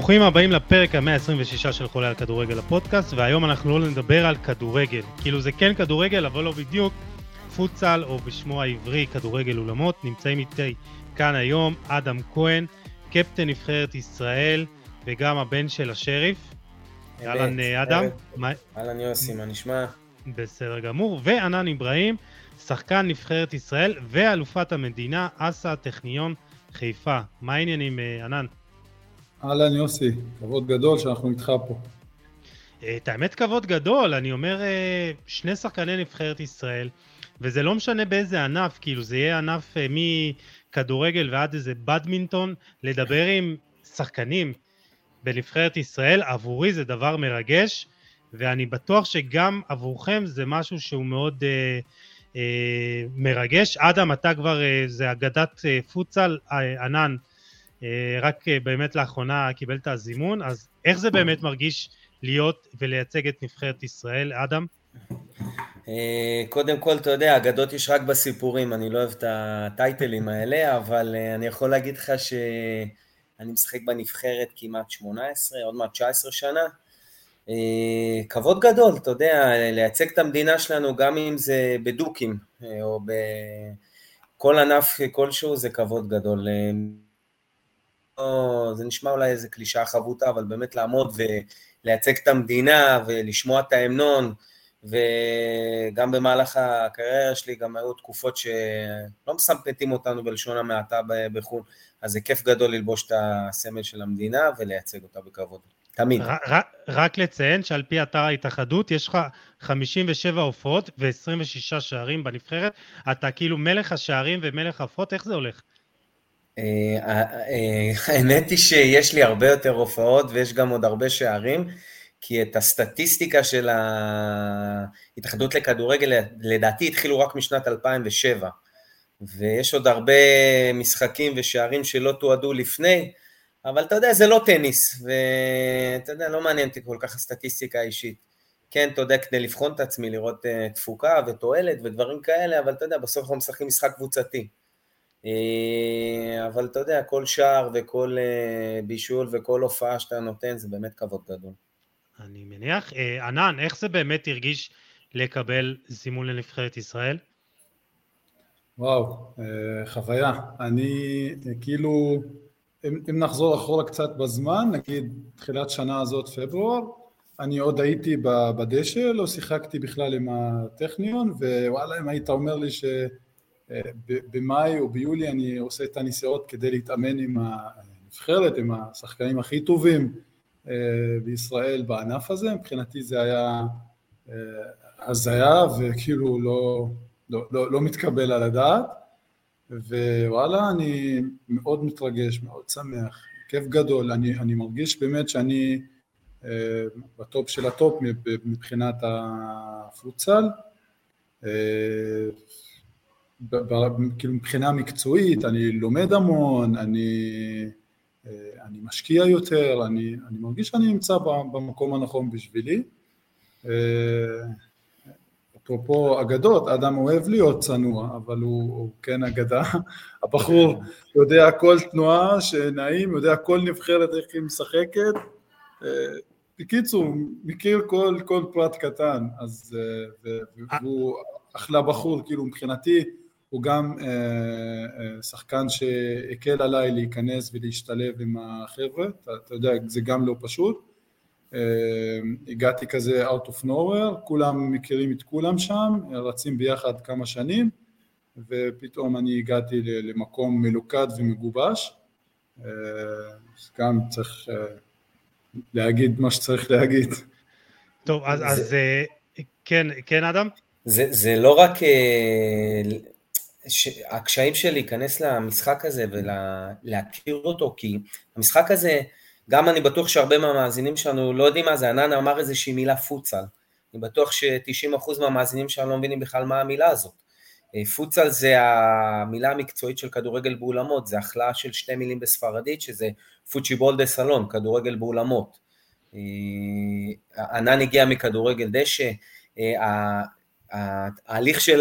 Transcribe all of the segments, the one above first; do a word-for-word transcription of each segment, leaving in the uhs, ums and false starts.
ברוכים הבאים לפרק ה-מאה עשרים ושש של חולה על כדורגל הפודקאסט, והיום אנחנו לא נדבר על כדורגל. כאילו זה כן כדורגל, אבל לא בדיוק. פוטסל, או בשמו העברי כדורגל אולמות. נמצאים איתי כאן היום אדם כהן, קפטן נבחרת ישראל, וגם הבן של השריף. אהלן אדם. אהלן יוסי, מה נשמע? בסדר גמור. וענן אברהים, שחקן נבחרת ישראל ואלופת המדינה, אסא הטכניון חיפה. מה העניינים, ענן? אהלן יוסי, כבוד גדול שאנחנו איתך פה. את האמת כבוד גדול, אני אומר שני שחקני נבחרת ישראל, וזה לא משנה באיזה ענף, כאילו זה יהיה ענף מכדורגל ועד איזה בדמינטון, לדבר עם שחקנים בנבחרת ישראל, עבורי זה דבר מרגש, ואני בטוח שגם עבורכם זה משהו שהוא מאוד אה, אה, מרגש. אדם, אתה כבר, אה, זה אגדת אה, פוטסל, אה, ענן, רק באמת לאחרונה קיבל את הזימון, אז איך זה באמת מרגיש להיות ולייצג את נבחרת ישראל, אדם? קודם כל, אתה יודע, אגדות יש רק בסיפורים, אני לא אוהב את הטייטלים האלה, אבל אני יכול להגיד לך שאני משחק בנבחרת כמעט שמונה עשרה, עוד מעט תשע עשרה שנה, כבוד גדול, אתה יודע, לייצג את המדינה שלנו, גם אם זה בדוקים, או בכל ענף כלשהו, זה כבוד גדול. זה נשמע אולי איזה קלישאה חבוטה, אבל באמת לעמוד ולייצג את המדינה ולשמוע את ההמנון, וגם במהלך הקריירה שלי גם היו תקופות שלא מסמפטים אותנו בלשון המעטה בחו"ל, אז זה כיף גדול ללבוש את הסמל של המדינה ולייצג אותה בכבוד, תמיד. רק לציין שעל פי אתר ההתאחדות יש לך חמישים ושבע הופעות ו-עשרים ושש שערים בנבחרת, אתה כאילו מלך השערים ומלך ההופעות, איך זה הולך? האמת היא שיש לי הרבה יותר הופעות ויש גם עוד הרבה שערים, כי את הסטטיסטיקה של ההתאחדות לכדורגל לדעתי התחילו רק משנת אלפיים ושבע, ויש עוד הרבה משחקים ושערים שלא תועדו לפני, אבל אתה יודע, זה לא טניס, ואתה יודע, לא מעניין אותי כל כך הסטטיסטיקה האישית. כן, אתה יודע, כדי לבחון את עצמי, לראות תפוקה ותועלת ודברים כאלה, אבל אתה יודע, בסוף אנחנו משחקים משחק קבוצתי. אבל אתה יודע, כל שער וכל בישול וכל הופעה שאתה נותן, זה באמת כבוד גדול. אני מניח. ענן, איך זה באמת הרגיש לקבל זימון לנבחרת ישראל? וואו, חוויה. אני כאילו, אם, אם נחזור אחורה קצת בזמן, נגיד תחילת שנה הזאת פברואר, אני עוד הייתי בדשא, לא שיחקתי בכלל עם הטכניון, ווואלה, אם היית אומר לי ש... במאי או ביולי אני עושה את הניסיונות כדי להתאמן עם הנבחרת, עם השחקנים הכי טובים בישראל בענף הזה, מבחינתי זה היה הזיה וכאילו לא, לא, לא, לא מתקבל על הדעת, ווואלה אני מאוד מתרגש, מאוד שמח, כיף גדול, אני, אני מרגיש באמת שאני בטופ של הטופ מבחינת הפוטסל, כאילו מבחינה מקצועית, אני לומד המון, אני, אני משקיע יותר, אני, אני מרגיש שאני נמצא במקום הנכון בשבילי. אפרופו אגדות, אדם אוהב להיות צנוע, אבל הוא, הוא כן אגדה. הבחור יודע כל תנועה שנעים, יודע כל נבחרת איך היא משחקת. בקיצור, מכיר כל, כל פרט קטן, אז, והוא אחלה בחור, כאילו מבחינתי, הוא גם אה, אה, שחקן שהקל עליי להיכנס ולהשתלב עם החבר'ה, אתה, אתה יודע, זה גם לא פשוט, אה, הגעתי כזה out of nowhere, כולם מכירים את כולם שם, רצים ביחד כמה שנים, ופתאום אני הגעתי למקום מלוכד ומגובש, אה, גם צריך אה, להגיד מה שצריך להגיד. טוב, אז, זה... אז כן, כן אדם? זה, זה לא רק... הקשיים שלי להיכנס למשחק הזה ולהכיר אותו, כי המשחק הזה, גם אני בטוח שהרבה מהמאזינים שלנו לא יודעים מה זה, ענן אמר איזושהי מילה פוטסל, אני בטוח ש-תשעים אחוז מהמאזינים שלנו לא מבינים בכלל מה המילה הזאת. פוטסל זה המילה המקצועית של כדורגל באולמות, זה החלאה של שתי מילים בספרדית, שזה פוצ'יבול דה סלון, כדורגל באולמות. ענן הגיע מכדורגל דשא, ההליך של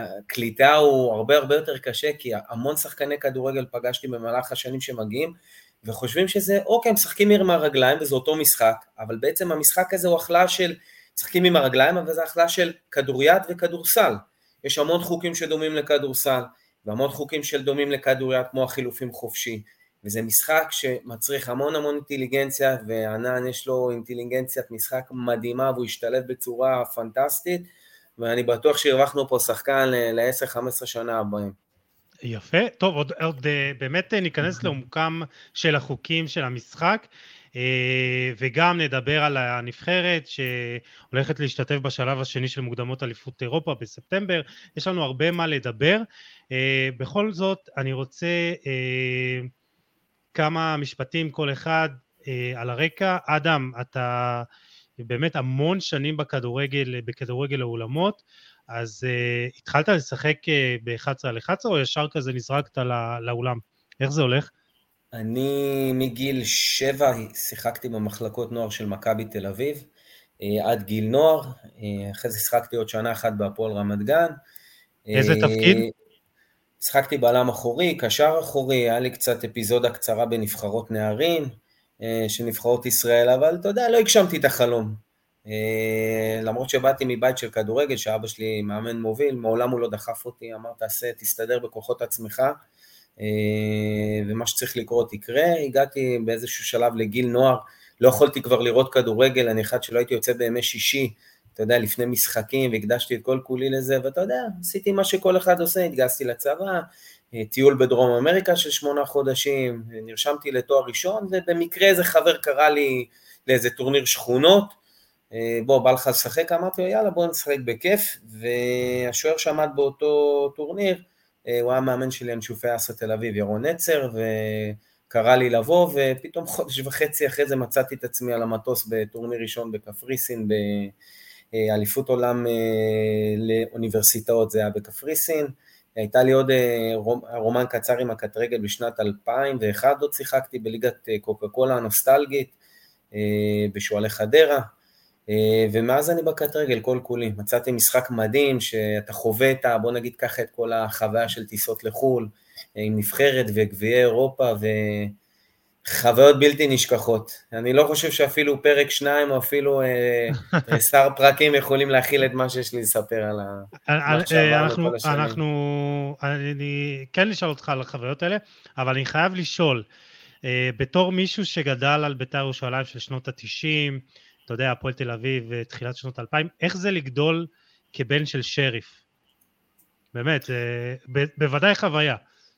הקליטה הוא הרבה הרבה יותר קשה, כי המון שחקני כדורגל פגשתי במהלך השנים שמגיעים, וחושבים שזה, אוקיי, משחקים עם הרגליים, וזה אותו משחק, אבל בעצם המשחק הזה הוא החלאה של, משחקים עם הרגליים, אבל זה החלאה של כדוריד וכדורסל. יש המון חוקים שדומים לכדורסל, והמון חוקים של דומים לכדוריד, כמו החילופים חופשי, וזה משחק שמצריך המון המון אינטליגנציה, וענן יש לו אינטליגנציית משחק מדהימה, והוא השתלב בצורה פנטסטית, ואני בטוח שהרווחנו פה שחקן ל-עשר חמש עשרה שנה הבאים. יפה, טוב, עוד, עוד באמת ניכנס לעומקם של החוקים של המשחק, וגם נדבר על הנבחרת שהולכת להשתתף בשלב השני של מוקדמות אליפות אירופה בספטמבר. יש לנו הרבה מה לדבר. בכל זאת אני רוצה כמה משפטים כל אחד על הרקע. אדם, אתה באמת המון שנים בכדורגל, בכדורגל האולמות, אז uh, התחלת לשחק uh, ב-אחת עשרה על אחת עשרה או ישר כזה נזרקת לא, לאולם? איך זה הולך? אני מגיל שבע שיחקתי במחלקות נוער של מכבי תל אביב, uh, עד גיל נוער, uh, אחרי זה שיחקתי עוד שנה אחת בהפועל רמת גן. איזה uh, תפקיד? שיחקתי בלם אחורי, קשר אחורי, היה לי קצת אפיזודה קצרה בנבחרות נערים, uh, של נבחרות ישראל, אבל אתה יודע, לא הגשמתי את החלום. למרות שבאתי מבית של כדורגל, שאבא שלי מאמן מוביל, מעולם הוא לא דחף אותי, אמר תעשה, תסתדר בכוחות עצמך, ומה שצריך לקרות יקרה. הגעתי באיזשהו שלב לגיל נוער, לא יכולתי כבר לראות כדורגל, אני אחד שלא הייתי יוצא בימי שישי, אתה יודע, לפני משחקים, והקדשתי את כל כולי לזה, ואתה יודע, עשיתי מה שכל אחד עושה, התגייסתי לצבא, טיול בדרום אמריקה של שמונה חודשים, נרשמתי לתואר ראשון, ובמקרה איזה חבר קרא לי לאיזה טורניר שכונות, בוא, בא לך לשחק, אמרתי לו, יאללה, בוא נשחק בכיף, והשוער שעמד באותו טורניר, הוא היה מאמן שלי אנשופי אסה תל אביב, ירון נצר, וקרא לי לבוא, ופתאום חודש וחצי אחרי זה מצאתי את עצמי על המטוס בטורניר ראשון בקפריסין, באליפות עולם לאוניברסיטאות, זה היה בקפריסין, הייתה לי עוד רומן קצר עם הקטרגל בשנת אלפיים ואחת, עוד שיחקתי בליגת קוקה קולה הנוסטלגית, בשואלי חדרה, ומאז אני בקטרגל כל כולי, מצאתי משחק מדהים שאתה חווה את, בוא נגיד ככה, את כל החוויה של טיסות לחול, עם נבחרת וגביעי אירופה, וחוויות בלתי נשכחות. אני לא חושב שאפילו פרק שניים, או אפילו שר פרקים יכולים להכיל את מה שיש לי לספר על המחשבה וכל השנים. אנחנו, אני כן נשאל אותך על החוויות האלה, אבל אני חייב לשאול, בתור מישהו שגדל על בית"ר ירושלים של שנות ה-תשעים, אתה יודע, הפועל תל אביב, תחילת שנות אלפיים, איך זה לגדול כבן של שריף? באמת, ב- בוודאי חוויה.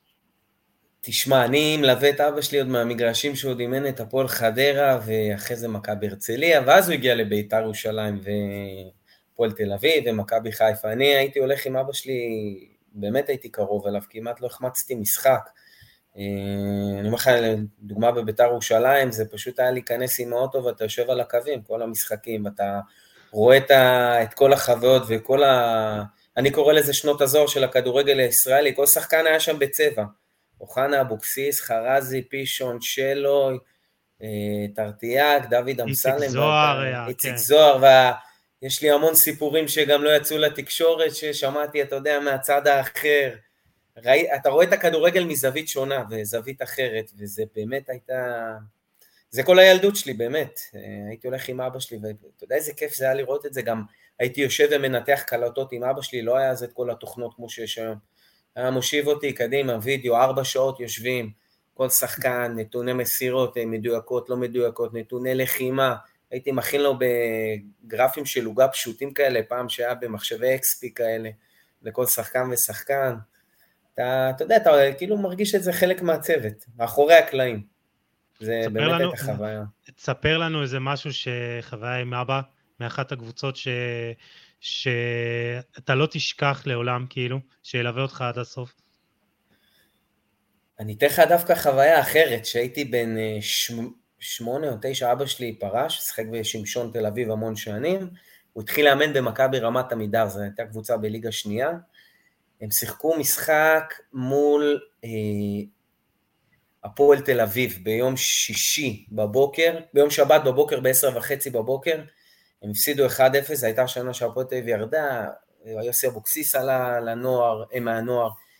תשמע, אני מלווה את אבא שלי עוד מהמגרשים שהוא דימן את הפועל חדרה, ואחרי זה מכבי הרצליה, ואז הוא הגיע לבית"ר ירושלים ופועל תל אביב ומכבי חיפה. אני הייתי הולך עם אבא שלי, באמת הייתי קרוב אליו, כמעט לא החמצתי משחק. אני אומר לך, דוגמה בבית"ר ירושלים, זה פשוט היה להיכנס עם האוטו ואתה יושב על הקווים, כל המשחקים, ואתה רואה את, ה, את כל החוויות וכל ה... אני קורא לזה שנות הזוהר של הכדורגל הישראלי, כל שחקן היה שם בצבע, אוחנה, אבוקסיס, חרזי, פישון, שלוי, תרטיאק, דוד אמסלם, איציק זוהר, איציק זוהר, ויש לי המון סיפורים שגם לא יצאו לתקשורת, ששמעתי, אתה יודע, מהצד האחר, ראי, אתה רואה את הכדורגל מזווית שונה וזווית אחרת, וזה באמת הייתה, זה כל הילדות שלי, באמת. הייתי הולך עם אבא שלי, ואתה יודע איזה כיף זה היה לראות את זה, גם הייתי יושב ומנתח קלטות עם אבא שלי, לא היה אז את כל התוכנות כמו שיש היום. היה מושיב אותי קדימה, וידאו, ארבע שעות יושבים, כל שחקן, נתוני מסירות, מדויקות, לא מדויקות, נתוני לחימה, הייתי מכין לו בגרפים של לוגה פשוטים כאלה, פעם שהיה במחשבי אקספי כאלה, לכל שחקן ושחקן. אתה, אתה יודע, אתה כאילו מרגיש את זה חלק מהצוות, מאחורי הקלעים. זה באמת לנו, את החוויה. תספר לנו איזה משהו שחוויה עם אבא, מאחת הקבוצות ש... שאתה לא תשכח לעולם, כאילו, שילווה אותך עד הסוף. אני אתן לך דווקא חוויה אחרת, שהייתי בין ש... שמונה או תשע, אבא שלי פרש, שחק בשמשון תל אביב המון שנים, הוא התחיל לאמן במכבי רמת עמידר, זו הייתה קבוצה בליגה שנייה, הם שיחקו משחק מול אה, הפועל תל אביב ביום שישי בבוקר, ביום שבת בבוקר ב-עשר וחצי בבוקר, הם הפסידו אחד אפס, זו הייתה שנה שהפועל תל אביב ירדה, יוסי אבוקסיס עלה לנוער, הם מהנוער,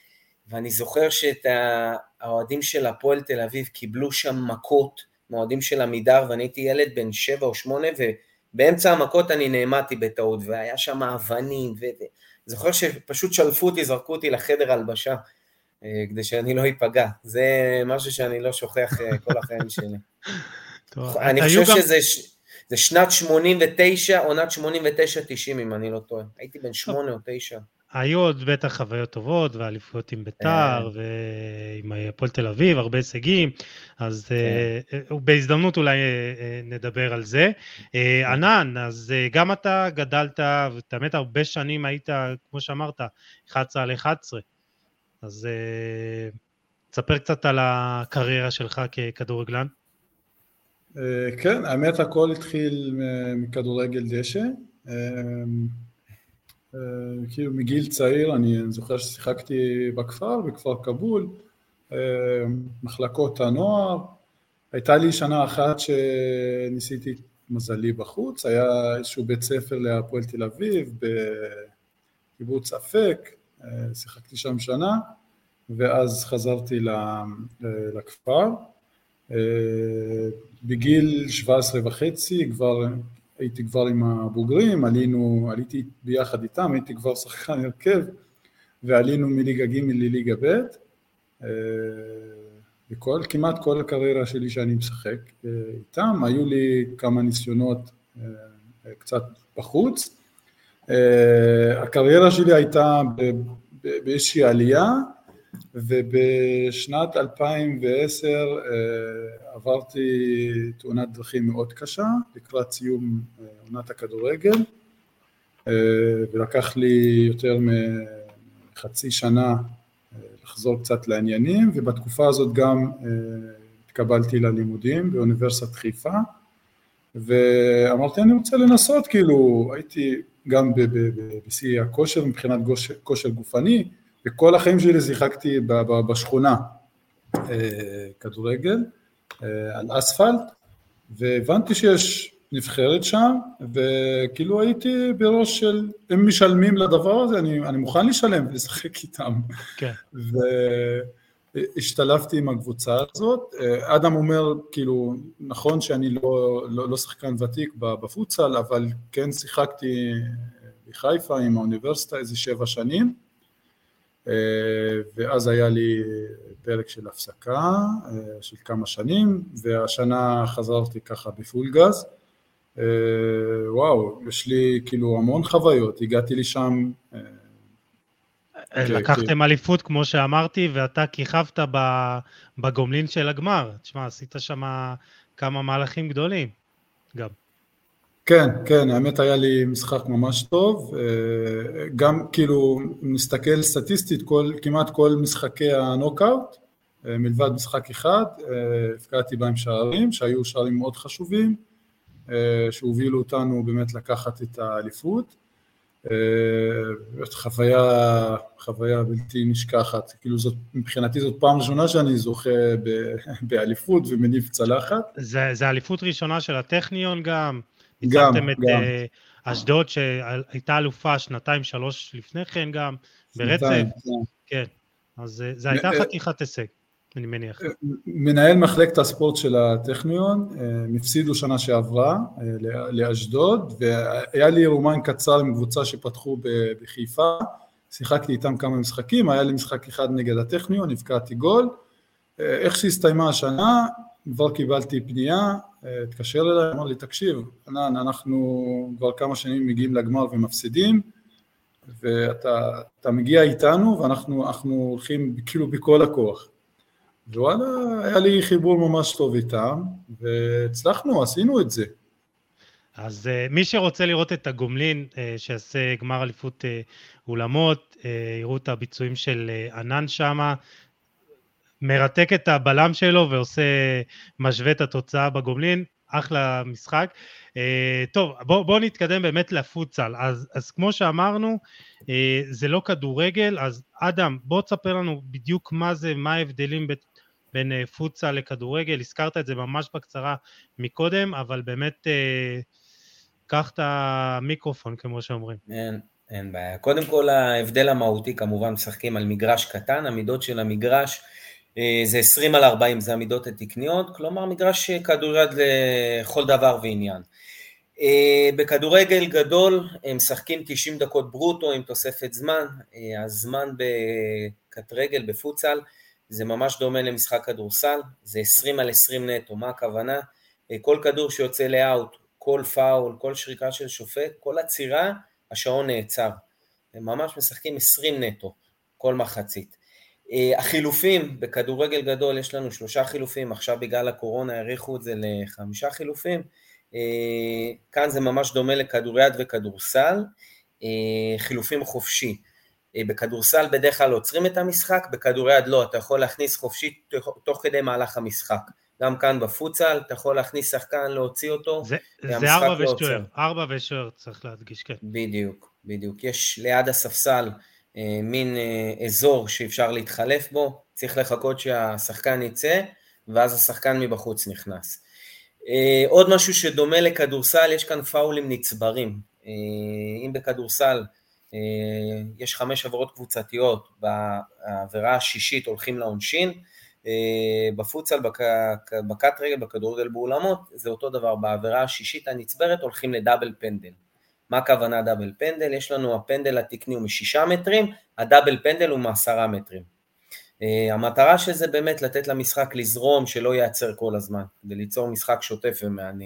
ואני זוכר שאת האוהדים של הפועל תל אביב קיבלו שם מכות, מאוהדים של עמידר, ואני הייתי ילד בן שבע או שמונה, ובאמצע המכות אני נעמדתי בטעות, והיה שם אבנים, וזוכר שפשוט שלפו אותי, זרקו אותי לחדר הלבשה, כדי שאני לא ייפגע. זה משהו שאני לא שוכח כל החיים שלי. אני חושב שזה זה שנת שמונים ותשע, עונת שמונים ותשע תשעים, אם אני לא טועה. הייתי בן שמונה או תשע. היו עוד בטח חוויות טובות, ואליפויות עם ביתר, ועם הפועל תל אביב, הרבה הישגים, אז בהזדמנות אולי נדבר על זה. ענן, אז גם אתה גדלת, ותאמת הרבה שנים היית, כמו שאמרת, אחת עשרה על אחת עשרה, אז תספר קצת על הקריירה שלך ככדורגלן. כן, האמת הכל התחיל מכדורגל דשא, כאילו מגיל צעיר, אני זוכר ששיחקתי בכפר, בכפר קבול, מחלקות הנוער, הייתה לי שנה אחת שניסיתי מזלי בחוץ, היה איזשהו בית ספר להפועל תל אביב, בקיבוץ אפק, שיחקתי שם שנה, ואז חזרתי לכפר, בגיל שבע עשרה וחצי כבר הייתי כבר עם הבוגרים, עלינו, עליתי ביחד איתם, הייתי כבר שחקן הרכב, ועלינו מליגה ג' לליגה ב', וכל, כמעט כל הקריירה שלי שאני משחק איתם, היו לי כמה ניסיונות קצת בחוץ, הקריירה שלי הייתה באיזושהי עלייה, ובשנת אלפיים ועשר עברתי תאונת דרכים מאוד קשה, לקראת סיום עונת הכדורגל, ולקח לי יותר מחצי שנה לחזור קצת לעניינים, ובתקופה הזאת גם התקבלתי ללימודים באוניברסיטת חיפה, ואמרתי אני רוצה לנסות, כאילו הייתי גם בשיא הכושר מבחינת כושר גופני, וכל החיים שלי שיחקתי בשכונה כדורגל על אספלט, והבנתי שיש נבחרת שם, וכאילו הייתי בראש של, הם משלמים לדבר הזה, אני, אני מוכן לשלם ולשחק איתם. כן. והשתלבתי עם הקבוצה הזאת. אדם אומר, כאילו, נכון שאני לא, לא, לא שחקן ותיק בפוצל, אבל כן שיחקתי בחיפה עם האוניברסיטה איזה שבע שנים, ואז היה לי פרק של הפסקה של כמה שנים, והשנה חזרתי ככה בפול גז. וואו, יש לי כאילו המון חוויות, הגעתי לי שם. לקחתם אליפות כמו שאמרתי, ואתה כיכבת בגומלין של הגמר. תשמע, עשית שם כמה מהלכים גדולים גם. כן, כן, האמת היה לי משחק ממש טוב, גם כאילו נסתכל סטטיסטית, כל, כמעט כל משחקי הנוקאוט, מלבד משחק אחד, הפקעתי בהם שערים, שהיו שערים מאוד חשובים, שהובילו אותנו באמת לקחת את האליפות, חוויה, חוויה בלתי נשכחת, כאילו זאת, מבחינתי זאת פעם ראשונה שאני זוכה באליפות ומניף צלחת. זה, זה אליפות ראשונה של הטכניון גם, ניצחתם את אשדוד שהייתה אלופה שנתיים שלוש לפני כן גם, ברצף, כן, אז זה הייתה חתיכת הישג, אני מניח. מנהל מחלקת הספורט של הטכניון, מפסידו שנה שעברה לאשדוד, והיה לי רומן קצר עם קבוצה שפתחו בחיפה, שיחקתי איתם כמה משחקים, היה לי משחק אחד נגד הטכניון, נפקעתי גול, איך שהסתיימה השנה, כבר קיבלתי פנייה, התקשר אליי, אמר לי, תקשיב, ענן, אנחנו כבר כמה שנים מגיעים לגמר ומפסידים, ואתה אתה מגיע איתנו, ואנחנו אנחנו הולכים כאילו בכל הכוח. ווואלה, היה לי חיבור ממש טוב איתם, והצלחנו, עשינו את זה. אז מי שרוצה לראות את הגומלין, שעשה גמר אליפות אולמות, יראו את הביצועים של ענן שמה, מרתק את הבלם שלו ועושה משווה את התוצאה בגומלין, אחלה משחק. טוב, בוא, בוא נתקדם באמת לפוצל. אז, אז כמו שאמרנו, זה לא כדורגל, אז אדם, בוא תספר לנו בדיוק מה זה, מה ההבדלים בין פוצל לכדורגל, הזכרת את זה ממש בקצרה מקודם, אבל באמת קח את המיקרופון כמו שאומרים. כן, אין בעיה. קודם כל ההבדל המהותי, כמובן משחקים על מגרש קטן, המידות של המגרש זה עשרים על ארבעים, זה המידות התקניות, כלומר מגרש כדוריד לכל דבר ועניין. בכדורגל גדול הם משחקים תשעים דקות ברוטו עם תוספת זמן, הזמן בכדורגל בפוטסל זה ממש דומה למשחק כדורסל, זה עשרים על עשרים נטו, מה הכוונה? כל כדור שיוצא לאאוט, כל פאול, כל שריקה של שופט, כל עצירה, השעון נעצר. הם ממש משחקים עשרים נטו, כל מחצית. החילופים, בכדורגל גדול יש לנו שלושה חילופים, עכשיו בגלל הקורונה העריכו את זה לחמישה חילופים, כאן זה ממש דומה לכדוריד וכדורסל, חילופים חופשי. בכדורסל בדרך כלל עוצרים את המשחק, בכדוריד לא, אתה יכול להכניס חופשי תוך כדי מהלך המשחק. גם כאן בפוטסל, אתה יכול להכניס שחקן, להוציא אותו. זה, זה ארבע ושוער, ארבע ושוער צריך להדגיש, כן. בדיוק, בדיוק. יש ליד הספסל אה, מין אה, אזור שאפשר להתחלף בו, צריך לחכות שהשחקן יצא, ואז השחקן מבחוץ נכנס. אה, עוד משהו שדומה לכדורסל, יש כאן פאולים נצברים. אה, אם בכדורסל אה, יש חמש עבירות קבוצתיות, בעבירה השישית הולכים לעונשין, בפוטסל, בקט רגל, בכדורגל באולמות, זה אותו דבר, בעבירה השישית הנצברת הולכים לדאבל פנדל. מה הכוונה דאבל פנדל? יש לנו הפנדל התקני הוא משישה מטרים, הדאבל פנדל הוא מעשרה מטרים. המטרה של זה באמת לתת למשחק לזרום, שלא ייעצר כל הזמן, כדי ליצור משחק שוטף ומענה.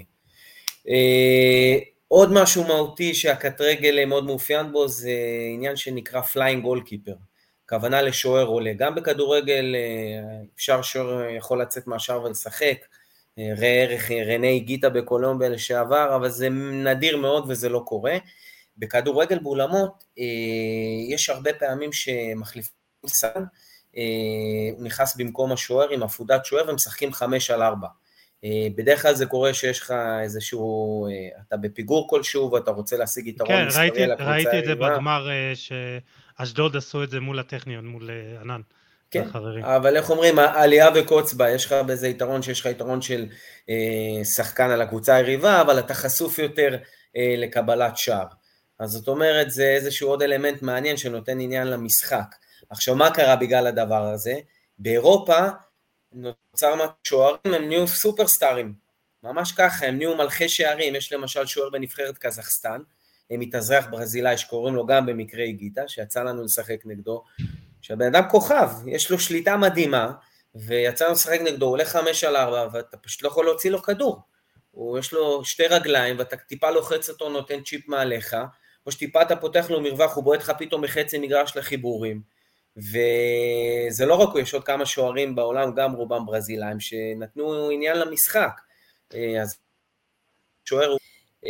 עוד משהו מהותי שהקט רגל מאוד מאופיין בו, זה עניין שנקרא flying goalkeeper. כוונה לשוער עולה, גם בכדורגל אפשר שוער יכול לצאת מהשער ולשחק, ראה ערך רנה גיטה בקולומביה לשעבר, אבל זה נדיר מאוד וזה לא קורה. בכדורגל באולמות יש הרבה פעמים שמחליפים סן, הוא נכנס במקום השוער עם הפודת שוער ומשחקים חמש על ארבע. בדרך כלל זה קורה שיש לך איזשהו, אתה בפיגור כלשהו ואתה רוצה להשיג יתרון מספרי לקבוצה היריבה. כן, ראיתי את זה בגמר שאשדוד עשו את זה מול הטכניון, מול ענן. כן, אבל איך אומרים, העלייה וקוץ בה, יש לך באיזה יתרון שיש לך יתרון של שחקן על הקבוצה היריבה, אבל אתה חשוף יותר לקבלת שער. אז זאת אומרת, זה איזשהו עוד אלמנט מעניין שנותן עניין למשחק. עכשיו, מה קרה בגלל הדבר הזה? באירופה, נוצר שוערים, הם נהיו סופרסטארים, ממש ככה, הם נהיו מלכי שערים, יש למשל שוער בנבחרת קזחסטן, הם מתאזרח ברזילאי שקוראים לו גם במקרה איגיטה, שיצא לנו לשחק נגדו, שהבן אדם כוכב, יש לו שליטה מדהימה, ויצא לנו לשחק נגדו, הוא הולך חמש על ארבע, ואתה פשוט לא יכול להוציא לו כדור, הוא יש לו שתי רגליים, ואתה טיפה לוחץ אותו, נותן צ'יפ מעליך, או שטיפה אתה פותח לו מרווח, הוא בועט לך פתאום מחצי מגרש לחיבורים, וזה לא רק הוא, יש עוד כמה שוערים בעולם, גם רובם ברזילאים, שנתנו עניין למשחק, אז שוער הוא,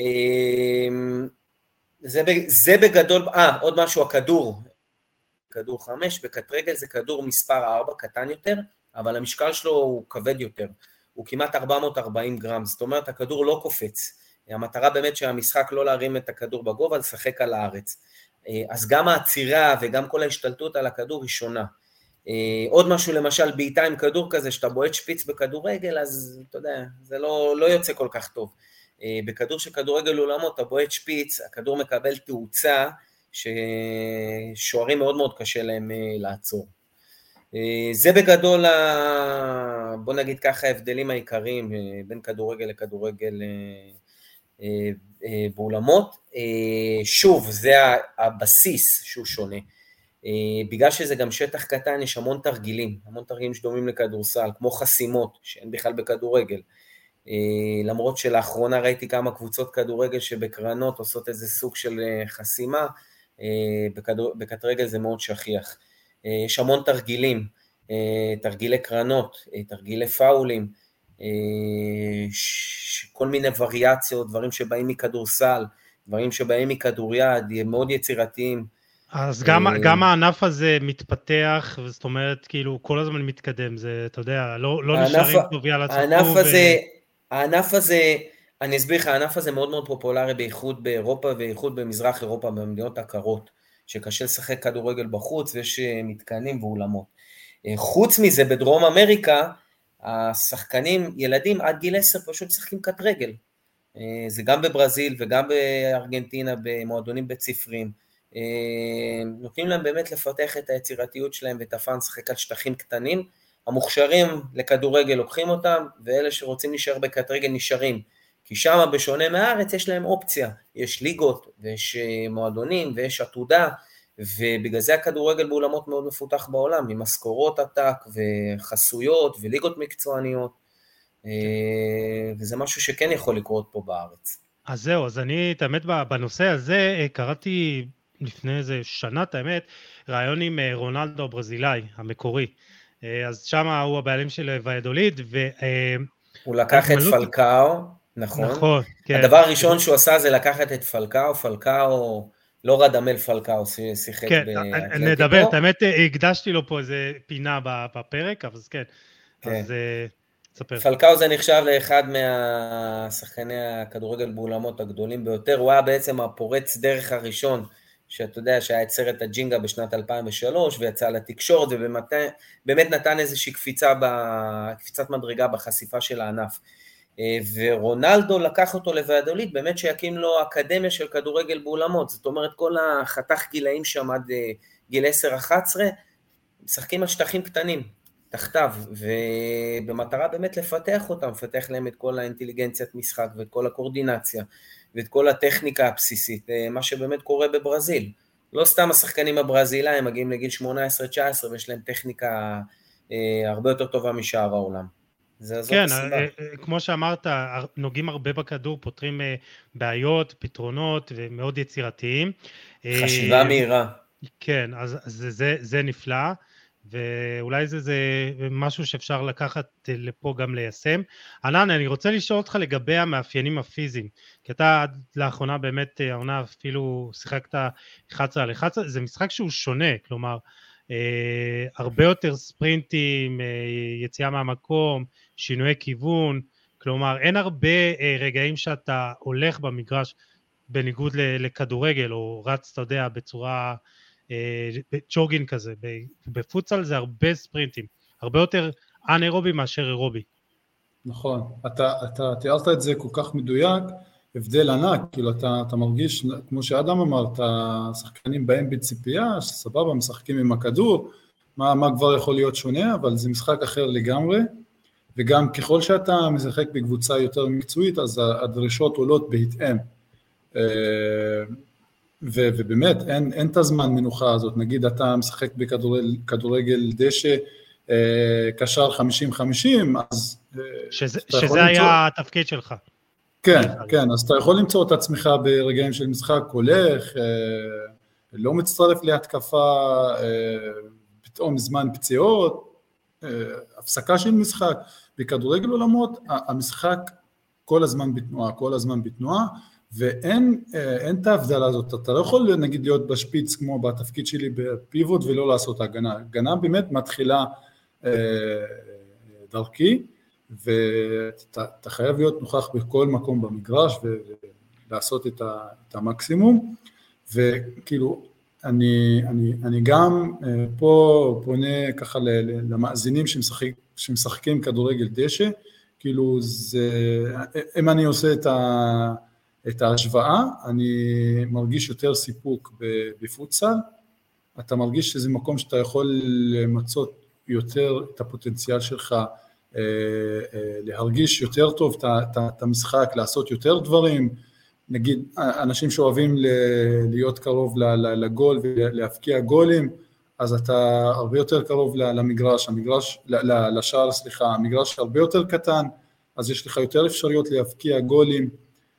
זה, זה בגדול, אה, עוד משהו, הכדור, כדור חמש, בקט רגל זה כדור מספר ארבע, קטן יותר, אבל המשקל שלו הוא כבד יותר, הוא כמעט ארבע מאות וארבעים גרם, זאת אומרת, הכדור לא קופץ, המטרה באמת שהמשחק לא להרים את הכדור בגובה, לשחק על הארץ, אז גם העצירה וגם כל ההשתלטות על הכדור היא שונה. עוד משהו למשל בעיטה עם כדור כזה, שאתה בועט שפיץ בכדורגל, אז אתה יודע, זה לא, לא יוצא כל כך טוב. בכדור של כדורגל עולמות, אתה בועט שפיץ, הכדור מקבל תאוצה, ששוערים מאוד מאוד קשה להם לעצור. זה בגדול, בוא נגיד ככה, ההבדלים העיקריים בין כדורגל לכדורגל באולמות. שוב, זה הבסיס שהוא שונה. בגלל שזה גם שטח קטן, יש המון תרגילים, המון תרגילים שדומים לכדורסל, כמו חסימות, שאין בכלל בכדורגל. למרות שלאחרונה ראיתי כמה קבוצות כדורגל שבקרנות עושות איזה סוג של חסימה, בכדורגל זה מאוד שכיח. יש המון תרגילים, תרגילי קרנות, תרגילי פאולים, כל מיני וריאציות, דברים שבאים מכדורסל, דברים שבאים מכדוריד, מאוד יצירתיים. אז גם, גם הענף הזה מתפתח, זאת אומרת, כאילו, כל הזמן מתקדם, זה, אתה יודע, לא, לא נשארים טובי על הצפו. הענף הזה, הענף הזה, אני אסביר לך, הענף הזה מאוד מאוד פופולרי בייחוד באירופה, ובייחוד במזרח אירופה, במדינות הקרות, שקשה לשחק כדורגל בחוץ, ויש מתקנים ואולמות. חוץ מזה, בדרום אמריקה, השחקנים, ילדים עד גיל עשר פשוט משחקים קט רגל. זה גם בברזיל וגם בארגנטינה, במועדונים בית ספריים. נותנים להם באמת לפתח את היצירתיות שלהם ואת הפן לשחק על שטחים קטנים, המוכשרים לכדורגל לוקחים אותם, ואלה שרוצים להישאר בכדורגל נשארים, כי שם בשונה מהארץ יש להם אופציה, יש ליגות ויש מועדונים ויש עתודה, ובגלל זה הכדורגל באולמות מאוד מפותח בעולם, עם משכורות עתק וחסויות וליגות מקצועניות, וזה משהו שכן יכול לקרות פה בארץ. אז זהו, אז אני, את האמת, בנושא הזה, קראתי לפני איזה שנה, את האמת, רעיון עם רונלדו הברזילאי, המקורי. אז שם הוא הבעלים של ויאדוליד, ו... הוא לקח את פלקאו, נכון? נכון, כן. הדבר הראשון שהוא עשה זה לקחת את פלקאו, פלקאו, לא רדמל פלקאו, שיחק באתלטיקו. כן, נדבר, את האמת, הקדשתי לו פה איזה פינה בפרק, אבל כן, אז... פלקאו זה נחשב לאחד מהשחקני הכדורגל באולמות הגדולים ביותר, הוא היה בעצם הפורץ דרך הראשון, שאתה יודע שהיה את סרט הג'ינגה בשנת אלפיים ושלוש, ויצא לתקשורת, ובאמת נתן איזושהי קפיצה, קפיצת מדרגה בחשיפה של הענף. ורונלדו לקח אותו לויאדוליד, באמת שיקים לו אקדמיה של כדורגל באולמות, זאת אומרת כל החתך גילאים שם עד גיל עשר אחת עשרה, משחקים על שטחים קטנים. תחתיו, ובמטרה באמת לפתח אותם, לפתח להם את כל האינטליגנציית משחק, ואת כל הקורדינציה, ואת כל הטכניקה הבסיסית, מה שבאמת קורה בברזיל. לא סתם השחקנים הברזילאים מגיעים לגיל שמונה עשרה תשע עשרה, ויש להם טכניקה הרבה יותר טובה משאר העולם. זה זאת כן, הסיבה. כמו שאמרת, נוגעים הרבה בכדור, פותרים בעיות, פתרונות, ומאוד יצירתיים. חשיבה מהירה. כן, אז זה, זה, זה נפלא. ואולי זה, זה משהו שאפשר לקחת לפה גם ליישם. ענן, אני רוצה לשאול אותך לגבי המאפיינים הפיזיים, כי אתה עד לאחרונה באמת העונה אפילו שיחקת אחת עשרה על אחת עשרה, זה משחק שהוא שונה, כלומר, אה, הרבה יותר ספרינטים, אה, יציאה מהמקום, שינוי כיוון, כלומר, אין הרבה אה, רגעים שאתה הולך במגרש, בניגוד לכדורגל, או רץ, אתה יודע, בצורה... צ'וגין כזה, בפוטסל זה הרבה ספרינטים, הרבה יותר אנאירובי מאשר אירובי. נכון, אתה, אתה תיארת את זה כל כך מדויק, הבדל ענק, כאילו אתה, אתה מרגיש, כמו שאדם אמר, השחקנים בהם בציפייה, שסבבה, משחקים עם הכדור, מה, מה כבר יכול להיות שונה, אבל זה משחק אחר לגמרי, וגם ככל שאתה משחק בקבוצה יותר מקצועית, אז הדרישות עולות בהתאם. ו- ובאמת אין, אין את הזמן מנוחה הזאת, נגיד אתה משחק בכדורגל כדורגל דשא, אה, קשר חמישים חמישים, אז... שזה, שזה היה למצוא... התפקיד שלך. כן, כן, אז אתה יכול למצוא את עצמך ברגעים של משחק, הולך, אה, לא מצטרף להתקפה, אה, פתאום זמן פציעות, אה, הפסקה של משחק, בכדורגל עולמות, המשחק כל הזמן בתנועה, כל הזמן בתנועה, ואין אין את ההבדלה הזאת, אתה לא יכול נגיד להיות בשפיץ כמו בתפקיד שלי בפיבוט ולא לעשות הגנה, הגנה באמת מתחילה אה, דרכי, ואתה חייב להיות נוכח בכל מקום במגרש ולעשות את, ה, את המקסימום, וכאילו אני, אני, אני גם פה פונה ככה למאזינים שמשחק, שמשחקים כדורגל דשא, כאילו זה, אם אני עושה את ה... את ההשוואה, אני מרגיש יותר סיפוק בפוטסל, אתה מרגיש שזה מקום שאתה יכול למצות יותר את הפוטנציאל שלך, להרגיש יותר טוב את המשחק, לעשות יותר דברים, נגיד אנשים שאוהבים להיות קרוב לגול ולהפקיע גולים, אז אתה הרבה יותר קרוב למגרש, המגרש, לשער, סליחה, המגרש הרבה יותר קטן, אז יש לך יותר אפשרויות להפקיע גולים,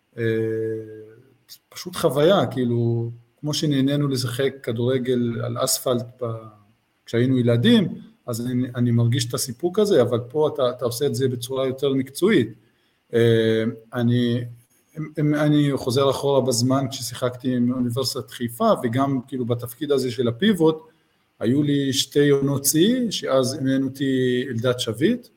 פשוט חוויה, כאילו, כמו שנהנינו לשחק כדורגל על אספלט כשהיינו ילדים, אז אני, אני מרגיש את הסיפוק הזה, אבל פה אתה, אתה עושה את זה בצורה יותר מקצועית. אני, אני חוזר אחורה בזמן כששיחקתי עם אוניברסיטת חיפה, וגם כאילו בתפקיד הזה של הפיבוט, היו לי שתי יונות צי, שאז אימן אותי אלדד שביט,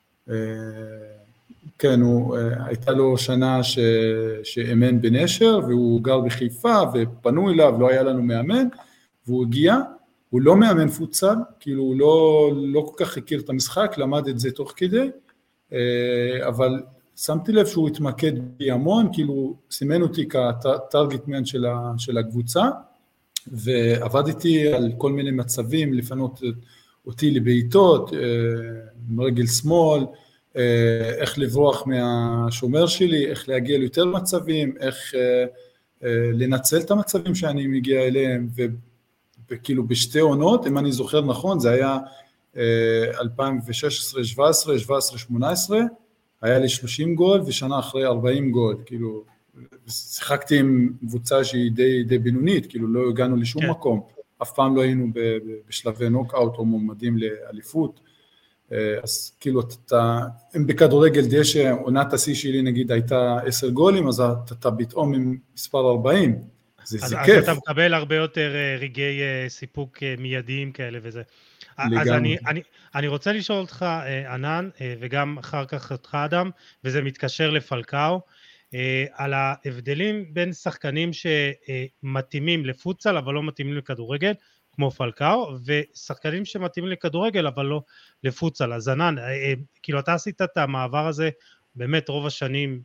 כן, הוא, הייתה לו שנה ש, שאימן בנשר, והוא גר בחיפה, ופנו אליו, לא היה לנו מאמן, והוא הגיע, הוא לא מאמן פוטסל, כאילו הוא לא, לא כל כך הכיר את המשחק, למד את זה תוך כדי, אבל שמתי לב שהוא התמקד בי המון, כאילו סימן אותי כטרגט מן של, של הקבוצה, ועבדתי על כל מיני מצבים, לפנות אותי לבעיטות, עם רגל שמאל, איך לברוח מהשומר שלי, איך להגיע ליותר מצבים, איך לנצל את המצבים שאני מגיע אליהם, וכאילו בשתי עונות, אם אני זוכר נכון, זה היה אלפיים ושש עשרה שבע עשרה, שבע עשרה שמונה עשרה, היה לי שלושים גול, ושנה אחרי ארבעים גול, כאילו, שיחקתי עם קבוצה שהיא די, די בינונית, כאילו לא הגענו לשום כן. מקום, אף פעם לא היינו בשלבי נוקאוט או מועמדים לאליפות, אז כאילו אתה, אם בכדורגל דשא, עונת השיא שלי נגיד הייתה עשר גולים, אז אתה, אתה פתאום עם מספר ארבעים, זה, אז, זה אז כיף. אתה מקבל הרבה יותר רגעי סיפוק מיידיים כאלה וזה. לגמרי. אז אני, אני, אני רוצה לשאול אותך, ענן, וגם אחר כך אותך אדם, וזה מתקשר לפלקאו, על ההבדלים בין שחקנים שמתאימים לפוטסל אבל לא מתאימים לכדורגל כמו פלקאו, ושחקנים שמתאימים לכדורגל אבל לא לפוטסל. אז ענן, כאילו אתה עשית את המעבר הזה באמת רוב השנים,